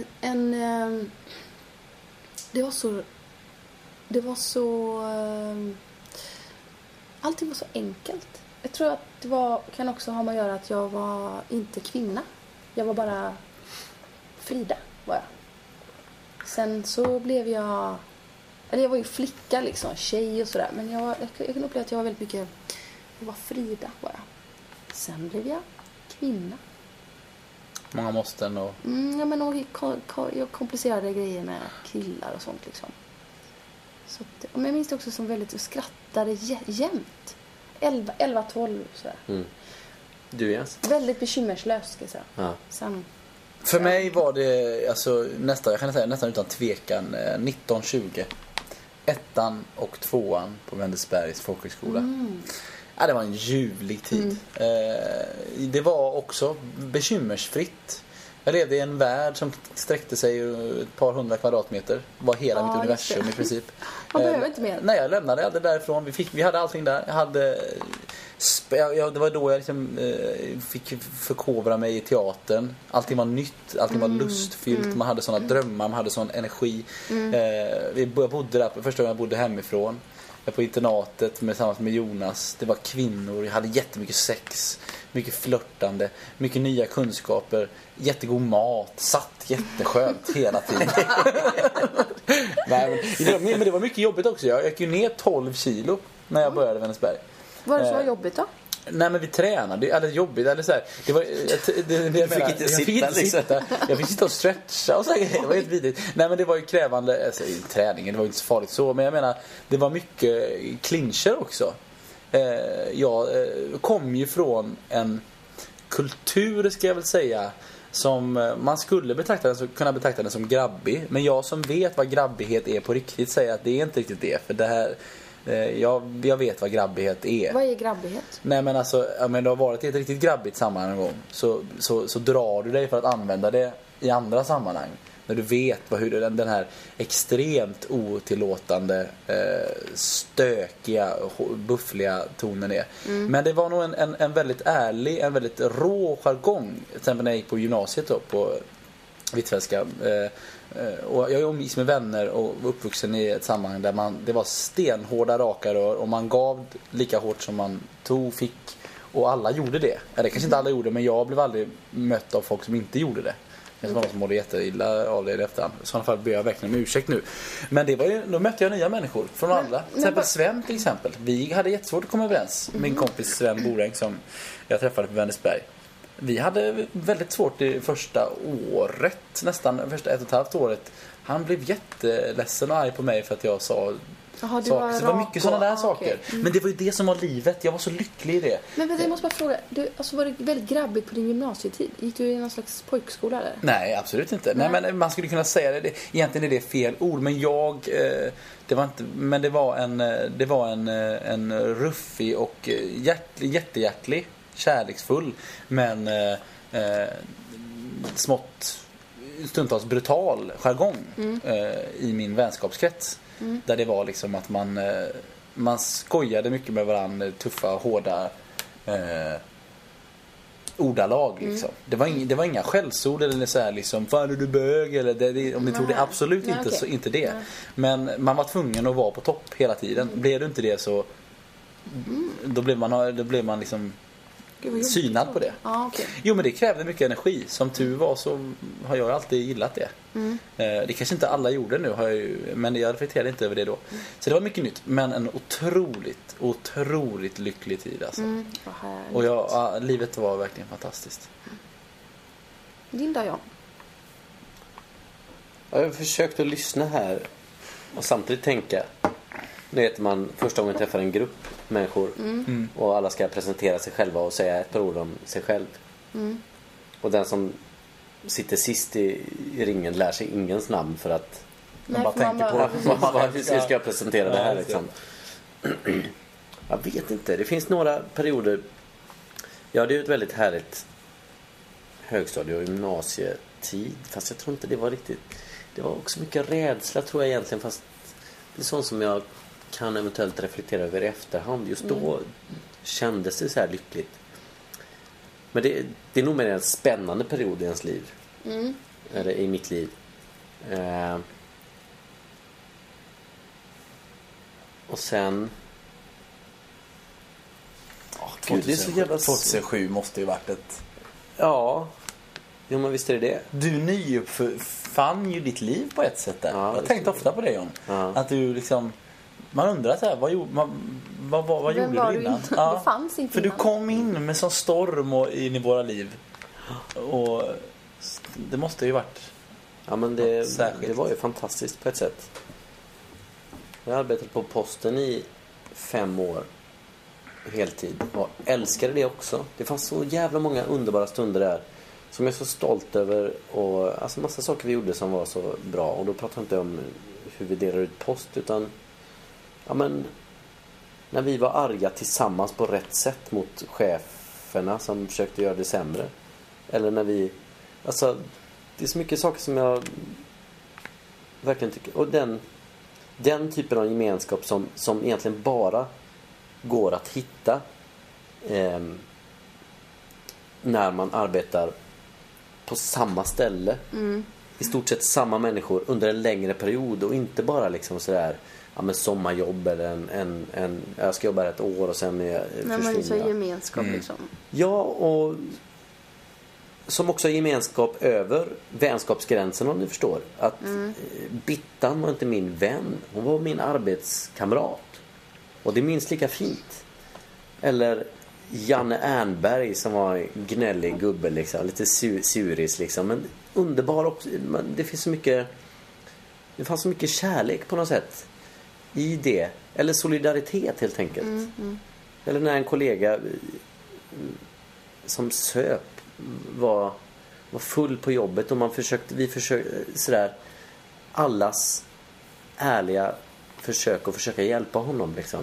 det var så allting var så enkelt. Jag tror att det kan också ha med att göra att jag var inte kvinna. Jag var bara Frida var jag. Sen så blev jag var ju flicka liksom, tjej och sådär. Men jag kan uppleva att jag var väldigt mycket, jag var Frida var jag. Sen blev jag kvinna. Många måste nog. Ja, men jag komplicerade grejer med killar och sånt liksom. Så att, men jag minns det också som väldigt, jag skrattade jämt. 11-12 sådär. Du Jens? Väldigt bekymmerslös ska jag säga. Ja. Sen, för mig var det alltså jag kan säga nästan utan tvekan 1920. 1:an och 2:an på Wendelsbergs folkhögskola. Ja, det var en ljuvlig tid. Det var också bekymmersfritt. Jag levde i en värld som sträckte sig ett par 100 kvadratmeter. Var hela mitt universum i princip. Man behöver inte mer. Nej, jag lämnade aldrig därifrån. Vi hade allting där. Det var då jag liksom, fick förkovra mig i teatern. Allting var nytt, allting var lustfyllt. Man hade såna drömmar, man hade sån energi. Jag bodde där första gången jag bodde hemifrån. På internatet tillsammans med Jonas. Det var kvinnor, jag hade jättemycket sex, mycket flörtande, mycket nya kunskaper, jättegod mat, satt jätteskönt hela tiden. Men det var mycket jobbigt också. Jag gick ju ner 12 kilo när jag började Wendelsberg. Var det så jobbigt då? Nej, men vi tränade, eller jobbigt eller så här. Det var jag fick sitta och stretcha och så här. Det var helt vidrigt. Nej, men det var ju krävande, alltså, i träningen, det var ju inte så farligt så, men jag menar, det var mycket clincher också. Jag kom ju från en kultur, ska jag väl säga, som man skulle kunna betrakta den som grabbig, men jag som vet vad grabbighet är på riktigt säger att det är inte riktigt det, för det här jag vet vad grabbighet är. Vad är grabbighet? Nej, men alltså, men du har varit i ett riktigt grabbigt sammanhang en gång, så drar du dig för att använda det i andra sammanhang. När du vet hur den här extremt otillåtande, stökiga, buffliga tonen är. Men det var nog en väldigt ärlig, en väldigt rå jargong. Till exempel när jag gick på gymnasiet då, på Hvitfeldtska. Och jag umgicks med vänner och var uppvuxen i ett sammanhang där det var stenhårda raka rör och man gav lika hårt som man fick, och alla gjorde det. Det kanske inte alla gjorde, men jag blev aldrig mött av folk som inte gjorde det. Det var någon som mådde jätteilla av det i efterhand. I sådana fall ber jag verkligen om ursäkt nu. Men då mötte jag nya människor från alla. Till exempel Sven till exempel. Vi hade jättesvårt att komma överens. Min kompis Sven Boräng som jag träffade på Wendelsberg. Vi hade väldigt svårt i första året, nästan första 1,5 året. Han blev jätteledsen och arg på mig för att jag sa saker. Så det var mycket sådana där saker. Men det var ju det som var livet. Jag var så lycklig i det. Men jag måste bara fråga, var det väldigt grabbigt på din gymnasietid? Gick du i någon slags pojkskola eller? Nej, absolut inte. Nej, men man skulle kunna säga det. Egentligen är det fel ord, men det var en ruffig och jättehjärtlig, kärleksfull, men smått stundtals brutal jargong i min vänskapskrets. Där det var liksom att man skojade mycket med varandra, tuffa, hårda ordalag liksom. Det var inga skällsord eller så här liksom, fan är du bög eller om ni tog det absolut inte så inte det. Men man var tvungen att vara på topp hela tiden. Blev du inte det så då blev man liksom synad på det. Okay. Jo, men det krävde mycket energi. Som tur var så har jag alltid gillat det. Det kanske inte alla gjorde nu, men jag reflekterade inte över det då. Så det var mycket nytt, men en otroligt lycklig tid alltså. Och livet var verkligen fantastiskt. Din dag, Jan? Jag har försökt att lyssna här och samtidigt tänka. Nu vet man första gången träffar en grupp människor och alla ska presentera sig själva och säga ett par ord om sig själv. Och den som sitter sist i ringen lär sig ingens namn för att man bara tänker på hur ska jag presentera det här liksom. Jag vet inte, det finns några perioder. Ja, det är ju ett väldigt härligt högstadie- och gymnasietid, fast jag tror inte det var riktigt. Det var också mycket rädsla tror jag egentligen, fast det är sånt som jag kan eventuellt reflektera över i efterhand. Just då kändes det så här lyckligt. Men det är nog mer en spännande period i ens liv. Eller i mitt liv. Och sen... Gud, det är så jävla 2007 måste ju varit ett... Ja. Jo, men visst är det. Du nyuppfann ju ditt liv på ett sätt där. Ja, jag tänkte ofta på det, John. Att du liksom... Man undrar så här, vad gjorde du innan? Det fanns inte för innan. Du kom in med sån storm in i våra liv. Och det måste ju varit... Ja, men det var ju fantastiskt på ett sätt. Jag arbetade på posten i 5 år. Heltid. Och älskade det också. Det fanns så jävla många underbara stunder där. Som jag är så stolt över. Och alltså massa saker vi gjorde som var så bra. Och då pratar jag inte om hur vi delar ut post. Utan ja, men när vi var arga tillsammans på rätt sätt mot cheferna som försökte göra det sämre. Eller när vi... Alltså, det är så mycket saker som jag verkligen tycker... Och den typen av gemenskap som egentligen bara går att hitta när man arbetar på samma ställe. I stort sett samma människor under en längre period och inte bara liksom sådär sommarjobb eller jag ska jobba ett år och sen försvinner. Men så gemenskap liksom. Ja, och som också gemenskap över vänskapsgränsen, om ni förstår. Att Bittan var inte min vän, hon var min arbetskamrat. Och det är minst lika fint. Eller Janne Ernberg som var gnällig gubbe liksom, lite suris liksom, men underbar också. Det fanns så mycket kärlek på något sätt i det, eller solidaritet helt enkelt. Eller när en kollega som söp var full på jobbet och vi försökte sådär, allas ärliga försök att försöka hjälpa honom liksom.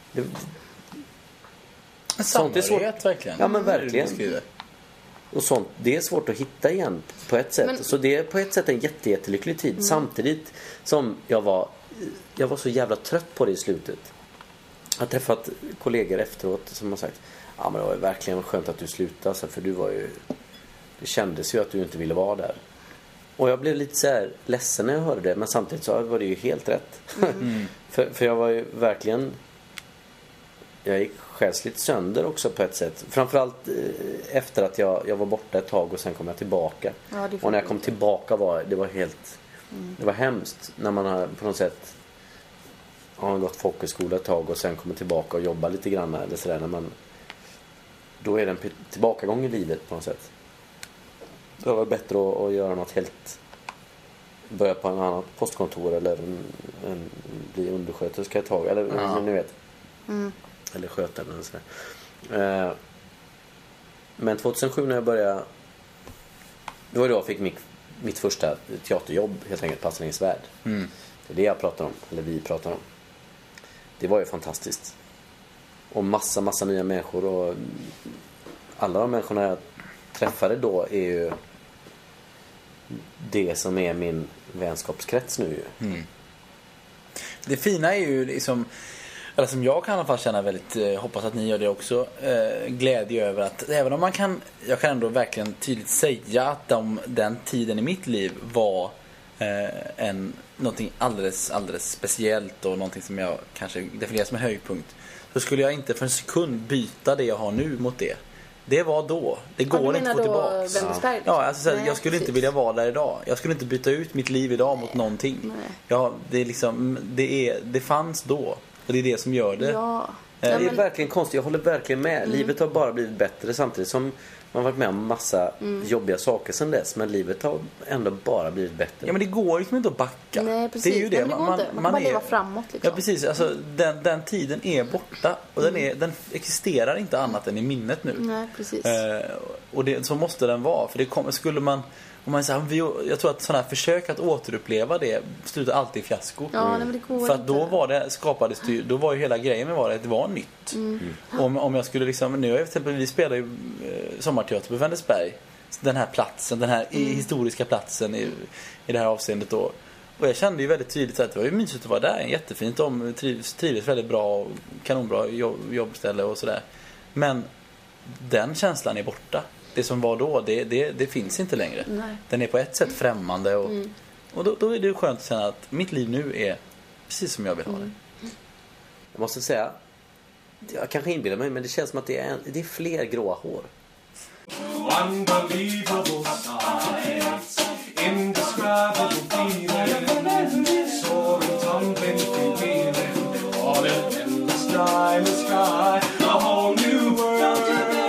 Sånt är svårt verkligen. Ja, men verkligen. Och sånt, det är svårt att hitta igen på ett sätt. Så det är på ett sätt en jättelycklig tid. Samtidigt som jag var så jävla trött på det i slutet. Jag har träffat kollegor efteråt som har sagt, ja men det var verkligen skönt att du slutade, för du var ju, det kändes ju att du inte ville vara där. Och jag blev lite så här ledsen när jag hörde det, men samtidigt så var det ju helt rätt. För jag var ju verkligen, jag gick själsligt sönder också på ett sätt. Framförallt efter att jag var borta ett tag och sen kom jag tillbaka. Ja, och när jag kom tillbaka det var helt det var hemskt när man har på något sätt gått folkhögskola ett tag och sen kommer tillbaka och jobbar lite grann eller sådär, när man, då är det en tillbakagång i livet på något sätt. Det var bättre att göra något helt, börja på en annan postkontor eller bli undersköterska ett tag eller ni vet. Eller sköta den och sådär. Men 2007 när jag började, det var då jag fick mitt första teaterjobb, helt enkelt, Passningens värld. Det är det jag pratar om, eller vi pratar om. Det var ju fantastiskt. Och massa nya människor, och alla de människorna jag träffade då är ju det som är min vänskapskrets nu ju. Det fina är ju liksom, eller som jag kan i alla fall känna väldigt, hoppas att ni gör det också, glädje över att även om jag kan ändå verkligen tydligt säga att den tiden i mitt liv var någonting alldeles speciellt och någonting som jag kanske definierar som en höjdpunkt, så skulle jag inte för en sekund byta det jag har nu mot det. Det var då. Det går inte att få tillbaka. Ja, alltså, jag skulle inte vilja vara där idag. Jag skulle inte byta ut mitt liv idag mot någonting. Ja, det är liksom, det fanns då. Och det är det som gör det. Ja. Det är verkligen konstigt. Jag håller verkligen med. Livet har bara blivit bättre samtidigt som man har varit med om massa jobbiga saker sedan dess. Men livet har ändå bara blivit bättre. Ja, men det går liksom inte att backa. Nej, precis. Det är ju det. Man kan bara leva framåt liksom. Ja, precis. Alltså, den tiden är borta. Och den existerar inte annat än i minnet nu. Nej, precis. Och så måste den vara. För det skulle man... Om man säger, jag tror att sådana här försök att återuppleva det slutar alltid i fiasko. Ja, nej, men det går för att inte. då då var ju hela grejen med att det var nytt. Om jag skulle liksom, nu vi spelar ju sommarteater på Vänersberg, den här platsen, den här historiska platsen i det här avseendet då. Och jag kände ju väldigt tydligt att det var ju mysigt att vara där, jättefint, trivdes väldigt bra, kanonbra jobbställe och sådär. Men den känslan är borta. Det som var då, det finns inte längre. Nej. Den är på ett sätt främmande och då är det skönt att känna att mitt liv nu är precis som jag vill ha det. Jag måste säga, jag kanske inbillar mig, men det känns som att det är fler gråa hår. Unbelievable sights, indescribable feeling, soaring, tumbling, feeling, all in the sky, a whole new world.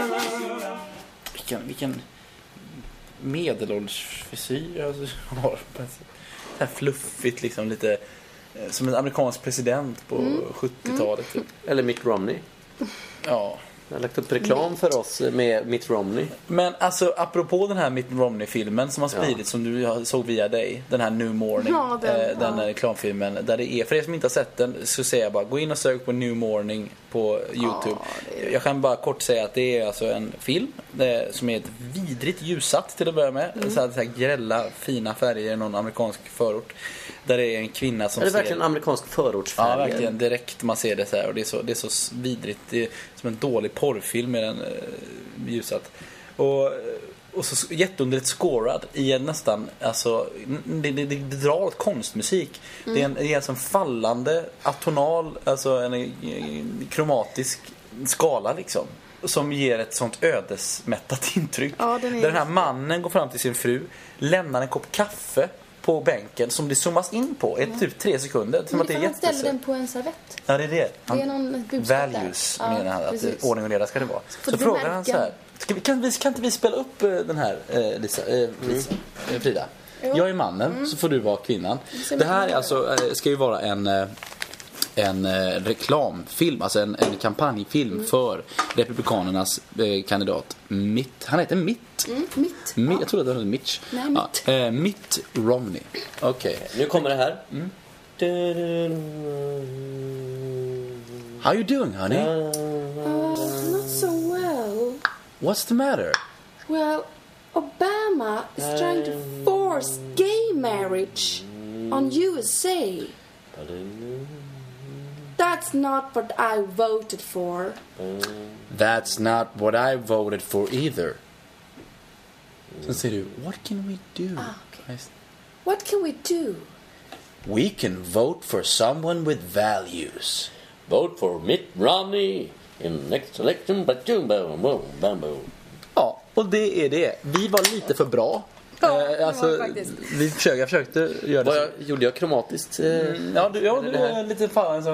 Vilken medelåldersfrisyr jag har. Så här fluffigt liksom, lite som en amerikansk president på 70-talet typ. Eller Mitt Romney. Ja. Jag har lagt upp reklam för oss med Mitt Romney. Men alltså, apropå den här Mitt Romney-filmen som har spridits, som du såg via dig, den här New Morning, den här reklamfilmen, där det är, för er som inte har sett den, så säger jag bara, gå in och sök på New Morning på YouTube. Jag kan bara kort säga att det är alltså en film som är ett vidrigt ljussatt till att börja med. Så här grälla, fina färger i någon amerikansk förort. Där det är en kvinna som är det verkligen en amerikansk förortsfärg? Ja, verkligen. Direkt man ser det så här. Och det är så vidrigt. Det är som en dålig porrfilm med den ljusat. Och så jätteunderligt scorad i en nästan, alltså det drar åt konstmusik. Det är en som fallande atonal, alltså en kromatisk skala liksom, som ger ett sånt ödesmättat intryck. Ja, där den här mannen går fram till sin fru, lämnar en kopp kaffe på bänken som det zoomas in på i typ 3 sekunder. Som att det är han ställer den på en servett. Ja, det är det. Det är någon budskap values där. menar han, att ordning och reda ska det vara. Så det frågar han så här: kan inte vi spela upp den här Frida? Jag är mannen, så får du vara kvinnan. Det här är alltså, ska ju vara en reklamfilm, alltså en kampanjfilm för Republikanernas kandidat Mitt. Han heter Mitt. Jag trodde att han hette Mitch. Nej, Mitt. Mitt Romney. Okej. Nu kommer det här. How you doing, honey? Not so well. What's the matter? Well, Obama is trying to force gay marriage on USA. That's not what I voted for. That's not what I voted for either. Sen säger du, what can we do? Okay. What can we do? We can vote for someone with values. Vote for Mitt Romney in next election. Ja, och det är det. Vi var lite för bra. Alltså, jag försökte göra det. Gjorde jag kromatiskt? Ja, du var lite fan så.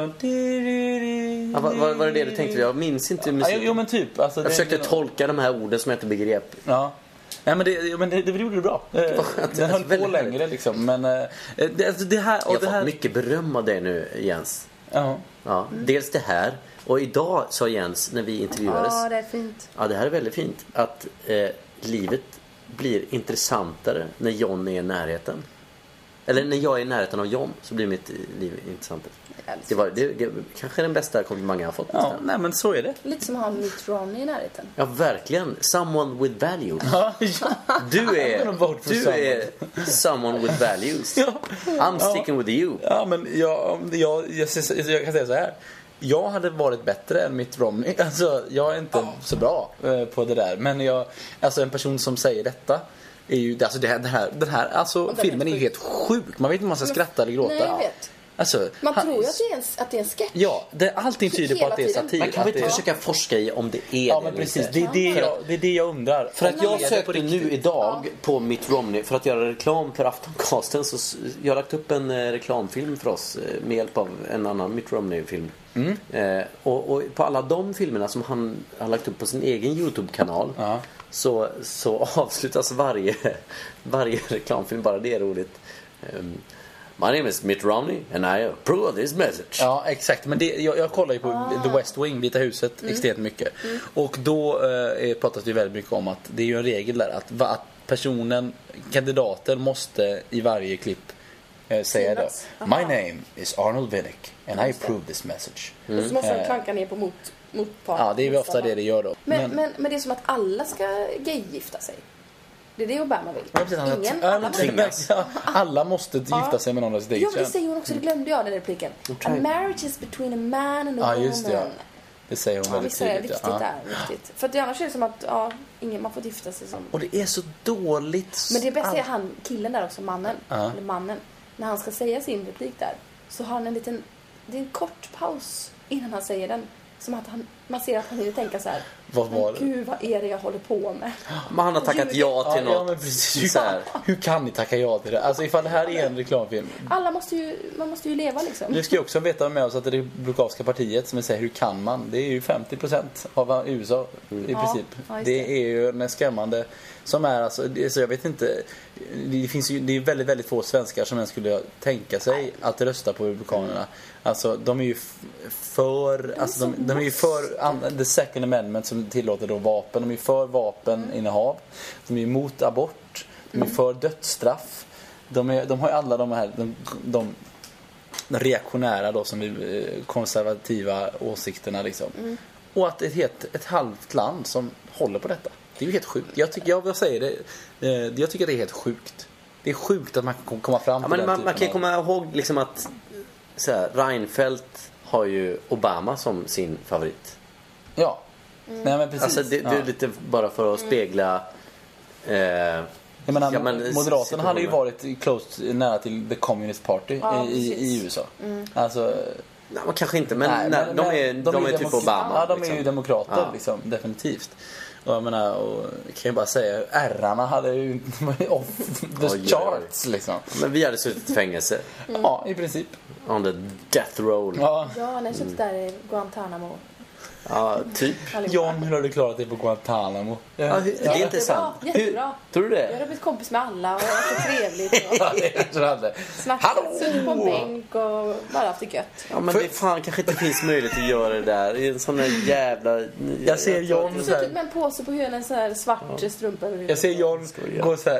Var det du tänkte? Jag minns inte musik. Jo, men typ. Alltså, jag försökte tolka de här orden som jag inte begrep. Ja. Nej, men det gjorde du bra. Den höll på längre liksom. Men det här... Jag har fått mycket beröm av dig nu, Jens. Ja, dels det här. Och idag sa Jens, när vi intervjuades. Ja, det är fint. Ja, det här är väldigt fint. Att livet blir intressantare när John är i närheten. Eller när jag är i närheten av John, så blir mitt liv intressantare. Det kanske är den bästa komplimangen jag har fått. Ja, nej, men så är det. Lite som att ha Mitt Romney i närheten. Ja, verkligen. Someone with values. Du är someone with values. I'm sticking with you. Ja, men jag kan säga så här. jag hade varit bättre än Mitt Romney. Alltså, jag är inte så bra på det där. Men alltså en person som säger detta är ju, alltså den här filmen är ju helt sjuk. Man vet inte om man ska skratta eller gråta. Nej, jag vet. Alltså, Man tror ju att det är en sketch. Ja, allting tyder på att det är satir. Man kan väl inte försöka forska i om det är ja, det men eller precis. inte. Det är det jag undrar. För att jag sökte nu idag på Mitt Romney för att göra reklam för Aftoncasten, så jag har lagt upp en reklamfilm för oss med hjälp av en annan Mitt Romney-film. Och på alla de filmerna som han har lagt upp på sin egen YouTube-kanal så avslutas varje reklamfilm, bara det är roligt. My name is Mitt Romney and I approve of this message. Ja, exakt. Men jag kollar ju på The West Wing, Vita huset, extremt mycket. Och då pratas det ju väldigt mycket om att det är ju en regel där att kandidaten måste i varje klipp säga det. My name is Arnold Vinnick and I approve this message. Och så måste de klanka ner på motparten. Ja, det är ofta det gör då. Men det är som att alla ska gaygifta sig. Det är det Obama vill. Alla måste gifta sig med någon av sitt eget kön. Ja, det säger hon också, det glömde jag den repliken. A marriage is between a man and a woman. Just det, ja. Det säger hon väldigt tydligt. Viktigt där, viktigt. För att annars är det som att man får gifta sig som... Och det är så dåligt. Men det bästa är killen där också, mannen. Eller mannen. När han ska säga sin replik där, så har han det är en kort paus innan han säger den. Som att man ser att han vill tänka så här. Gud, vad är det jag håller på med? Men han har tackat ja till något. Ja, men precis. Hur kan ni tacka ja till det? Alltså ifall det här är en reklamfilm. Man måste ju leva liksom. Du ska ju också veta med oss att det republikanska partiet som säger hur kan man? Det är ju 50% av USA i princip. Det är ju en skrämmande som är alltså så jag vet inte, det är väldigt väldigt få svenskar som ens skulle tänka sig att rösta på republikanerna. Alltså de är ju för de är ju för the second amendment som tillåter då vapen. De är för vapeninnehav. De är emot abort. De är för dödsstraff. De har ju alla de här de reaktionära då som är konservativa åsikterna liksom. Och att ett halvt land som håller på detta. Det är ju helt sjukt. Jag tycker att det är helt sjukt. Det är sjukt att man kan komma fram till men man kan ju komma ihåg liksom att så här, Reinfeldt har ju Obama som sin favorit. Ja. Nej, men precis. Alltså det är lite bara för att spegla Moderaterna hade ju varit nära till the Communist Party i USA. Alltså nej, man kanske inte, men de är typ Obama. Ja, de är ju demokrater liksom, definitivt. Och jag menar, kan jag bara säga, ärrarna hade ju off the charts liksom. Men vi hade suttit i fängelse. Ja, i princip. On the death roll. Ja, när jag suttit där i Guantanamo. Ja, typ. John, hur har du klarat dig på Guantanamo? Det är inte sant. Jättebra. Tror du det? Jag har blivit kompis med alla och det var så trevligt. Ja, det tror jag. Snackat, suttit på en bänk och bara haft det gött. Ja, men det kanske inte finns möjlighet att göra det där. I en sån där jävla... Jag ser John så här... Suttit med en påse på huvudet, en sån här svart strumpa över huvudet. Jag ser John gå så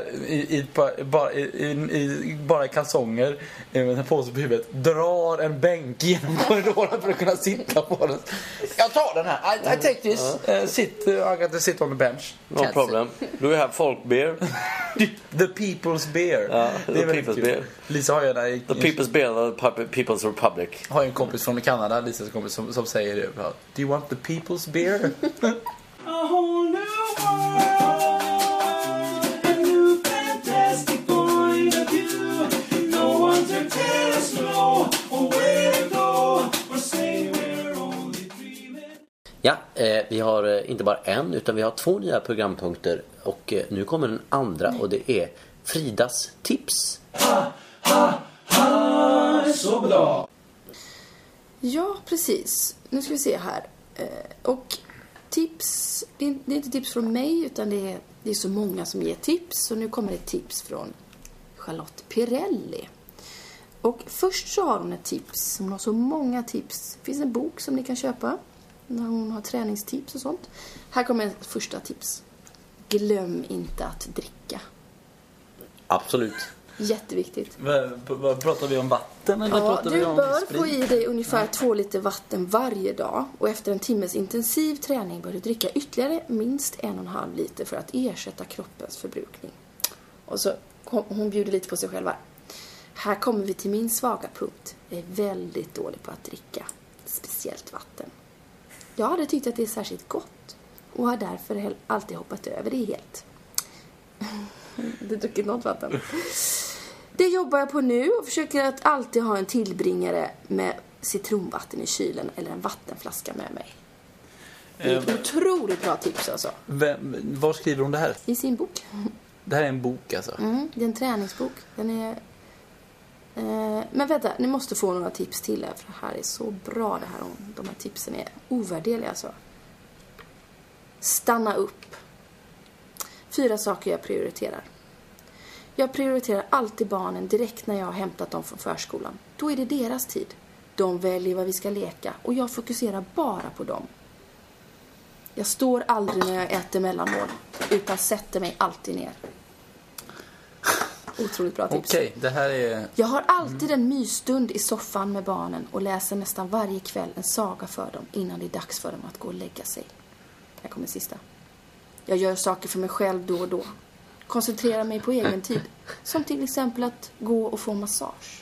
här bara i kalsonger med en påse på huvudet, drar en bänk genom korridoren för att kunna sitta på den. Jag tar den här. I take this. I got to sit on the bench. No problem. Do you have folk beer? The People's Beer. Ja, the People's Beer. Lisa har ju där. The People's Beer, the People's Republic. Har en kompis från Kanada, Lisas kompis som säger det. Do you want the People's Beer? A whole new world, a new fantastic point of view. No one to tell us no, or where to go, or say we're only dreaming. Ja, vi har inte bara en utan vi har 2 nya programpunkter och nu kommer den andra och det är Fridas tips. Så bra. Ja, precis. Nu ska vi se här. Och tips, det är inte tips från mig utan det är så många som ger tips. Så nu kommer ett tips från Charlotte Pirelli. Och först så har hon ett tips. Hon har så många tips. Det finns en bok som ni kan köpa när hon har träningstips och sånt. Här kommer ett första tips. Glöm inte att dricka. Absolut. Jätteviktigt. Vad pratar vi om vatten eller pratar vi om du bör sprit? få i dig ungefär 2 liter vatten varje dag. Och efter en timmes intensiv träning bör du dricka ytterligare minst 1,5 liter för att ersätta kroppens förbrukning. Och så hon bjuder lite på sig själv här. Här kommer vi till min svaga punkt. Jag är väldigt dålig på att dricka. speciellt vatten. Jag hade tyckt att det är särskilt gott och har därför alltid hoppat över det helt. Du druckit något vatten. Det jobbar jag på nu och försöker att alltid ha en tillbringare med citronvatten i kylen eller en vattenflaska med mig. Det är ett otroligt bra tips alltså. Var skriver hon det här? I sin bok. Det här är en bok alltså? Det är en träningsbok. Den är... Men vänta, ni måste få några tips till här. För det här är så bra det här. De här tipsen är ovärderliga alltså. Stanna upp. 4 saker jag prioriterar. Jag prioriterar alltid barnen direkt när jag har hämtat dem från förskolan. Då är det deras tid. De väljer vad vi ska leka och jag fokuserar bara på dem. Jag står aldrig när jag äter mellanmål utan sätter mig alltid ner. Otroligt bra tips. Okej, det här är... Jag har alltid en mysstund i soffan med barnen och läser nästan varje kväll en saga för dem innan det är dags för dem att gå och lägga sig. Här kommer sista. Jag gör saker för mig själv då och då. Koncentrerar mig på egen tid. Som till exempel att gå och få massage.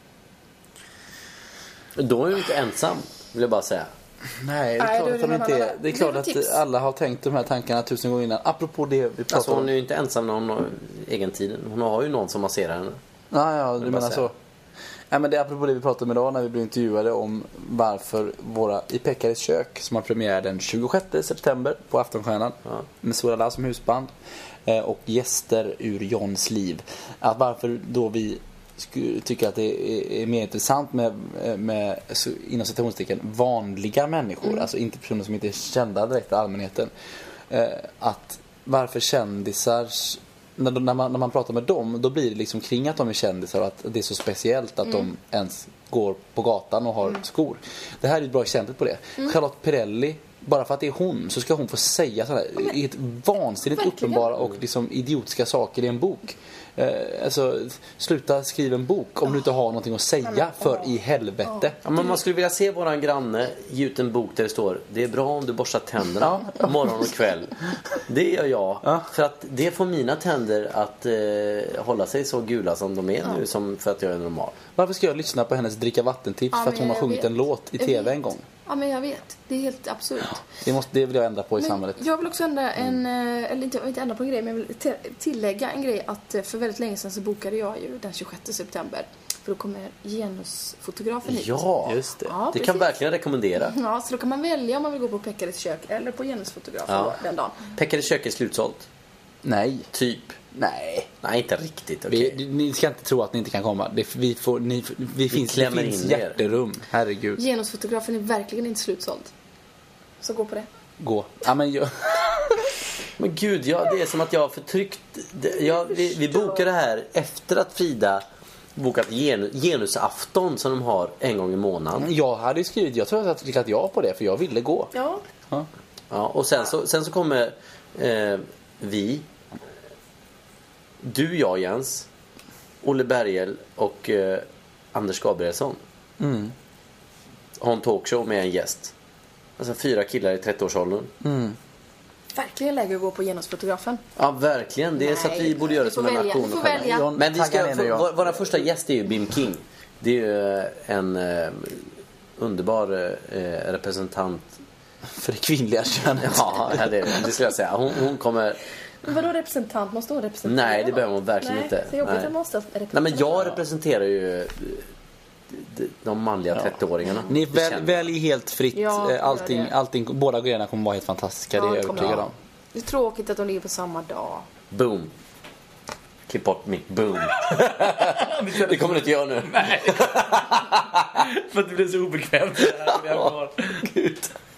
Då är du inte ensam, vill jag bara säga. Nej, det är klart att de inte är. Det är klart att alla har tänkt de här tankarna 1000 gånger innan. Apropå det vi pratade Alltså om. hon är ju inte ensam när hon har egen tid. Hon har ju någon som masserar henne. Ja, du menar så. Nej, men det är apropå det vi pratade om idag när vi blev intervjuade om varför våra i Pekaris kök som har premiär den 26 september på Aftonstjärnan med Sorala som husband och gäster ur Johns liv. Att varför då vi tycker att det är mer intressant med inom citationstecken vanliga människor, alltså inte personer som inte är kända direkt av allmänheten, att varför kändisar när man pratar med dem, då blir det liksom kring att de är kändisar och att det är så speciellt att de ens går på gatan och har skor. Det här är ett bra exempel på det. Charlotte Perrelli, bara för att det är hon så ska hon få säga sådana här ett vansinnigt uppenbara och liksom idiotiska saker i en bok. Alltså sluta skriva en bok om du inte har någonting att säga för i helvete. Ja, men man skulle vilja se våran granne ge ut en bok där det står: det är bra om du borstar tänderna morgon och kväll. Det gör jag. För att det får mina tänder att hålla sig så gula som de är nu, som för att jag är normal. Varför ska jag lyssna på hennes dricka vattentips för att hon har sjungit en låt i tv en gång? Ja, men jag vet. Det är helt absurt. Det vill jag ändra på i samhället. Jag vill också ändra eller inte ändra på en grej, men jag vill tillägga en grej att för väldigt länge sedan så bokade jag ju den 26 september. För då kommer genusfotografen hit. Ja, just det. Ja, det kan verkligen rekommendera. Ja, så då kan man välja om man vill gå på Pekaris kök eller på genusfotografen den dagen. Pekaris kök är slutsålt. Nej. Typ. Nej, inte riktigt. Okay. Ni ska inte tro att ni inte kan komma. Det finns hjärterum. Herregud. Genusfotografen är verkligen inte slutsåld. Så gå på det. Gå. Ja, men Men gud, det är som att jag har förtryckt. Vi bokade det här efter att Frida bokat genusafton som de har en gång i månaden. Jag hade skrivit, jag tror att jag klickat ja på det för jag ville gå. Ja. Ja, och sen så kommer vi, du, jag, Jens, Olle Bergel och Anders Gabrielsson. Har en talkshow med en gäst. Alltså 4 killar i 30-årsåldern. Verkligen läge att gå på genusfotografen. Ja, verkligen. Det är så att vi borde göra det som en nation. Du får välja. Men vi ska, vår första gäst är ju Bim King. Det är ju en underbar representant för det kvinnliga könet. Ja, det skulle jag säga. Hon kommer... Men vadå representant? Måste hon representera? Nej, det behöver hon verkligen inte. Så jobbigt att måste representera. Nej, men jag representerar ju de manliga 30-åringarna. Ni välj helt fritt. Ja, allting, båda grejerna kommer vara helt fantastiska. Det är jag övertygad om. Det är tråkigt att de ligger på samma dag. Boom. Klipp bort mitt boom. Det kommer du inte göra nu. Nej. För att det blir så obekvämt. Gud.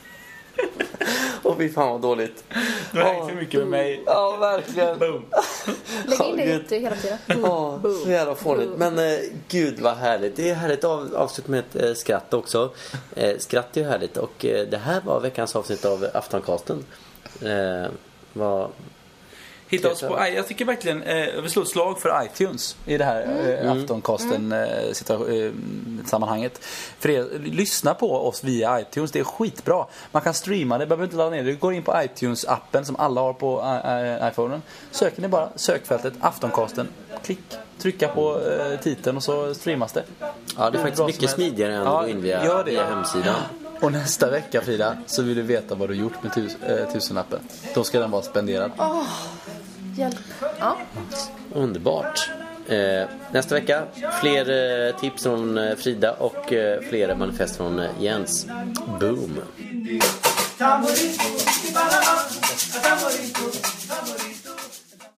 Fy fan vad dåligt. Du har hängt för mycket med mig. Ja, verkligen. Boom. Lägg in det hela tiden. Så jävla fånigt. Men gud vad härligt. Det är härligt avslut med ett skratt också. Skratt är ju härligt. Och det här var veckans avsnitt av Aftoncasten. Hitta oss på, jag tycker verkligen vi slår ett slag för iTunes i det här Aftoncasten sammanhanget. För er, lyssna på oss via iTunes, det är skitbra. Man kan streama det, behöver inte ladda ner det. Du går in på iTunes-appen som alla har på iPhonen. Söker ni bara sökfältet Aftoncasten, trycka på titeln och så streamas det. Ja, det är faktiskt mycket smidigare än att gå in via hemsidan. Och nästa vecka, Frida, så vill du veta vad du gjort med tusenlappen. Då ska den vara spenderad. Hjälp. Ja. Underbart. Nästa vecka fler tips från Frida och fler manifest från Jens. Boom. Tamborito,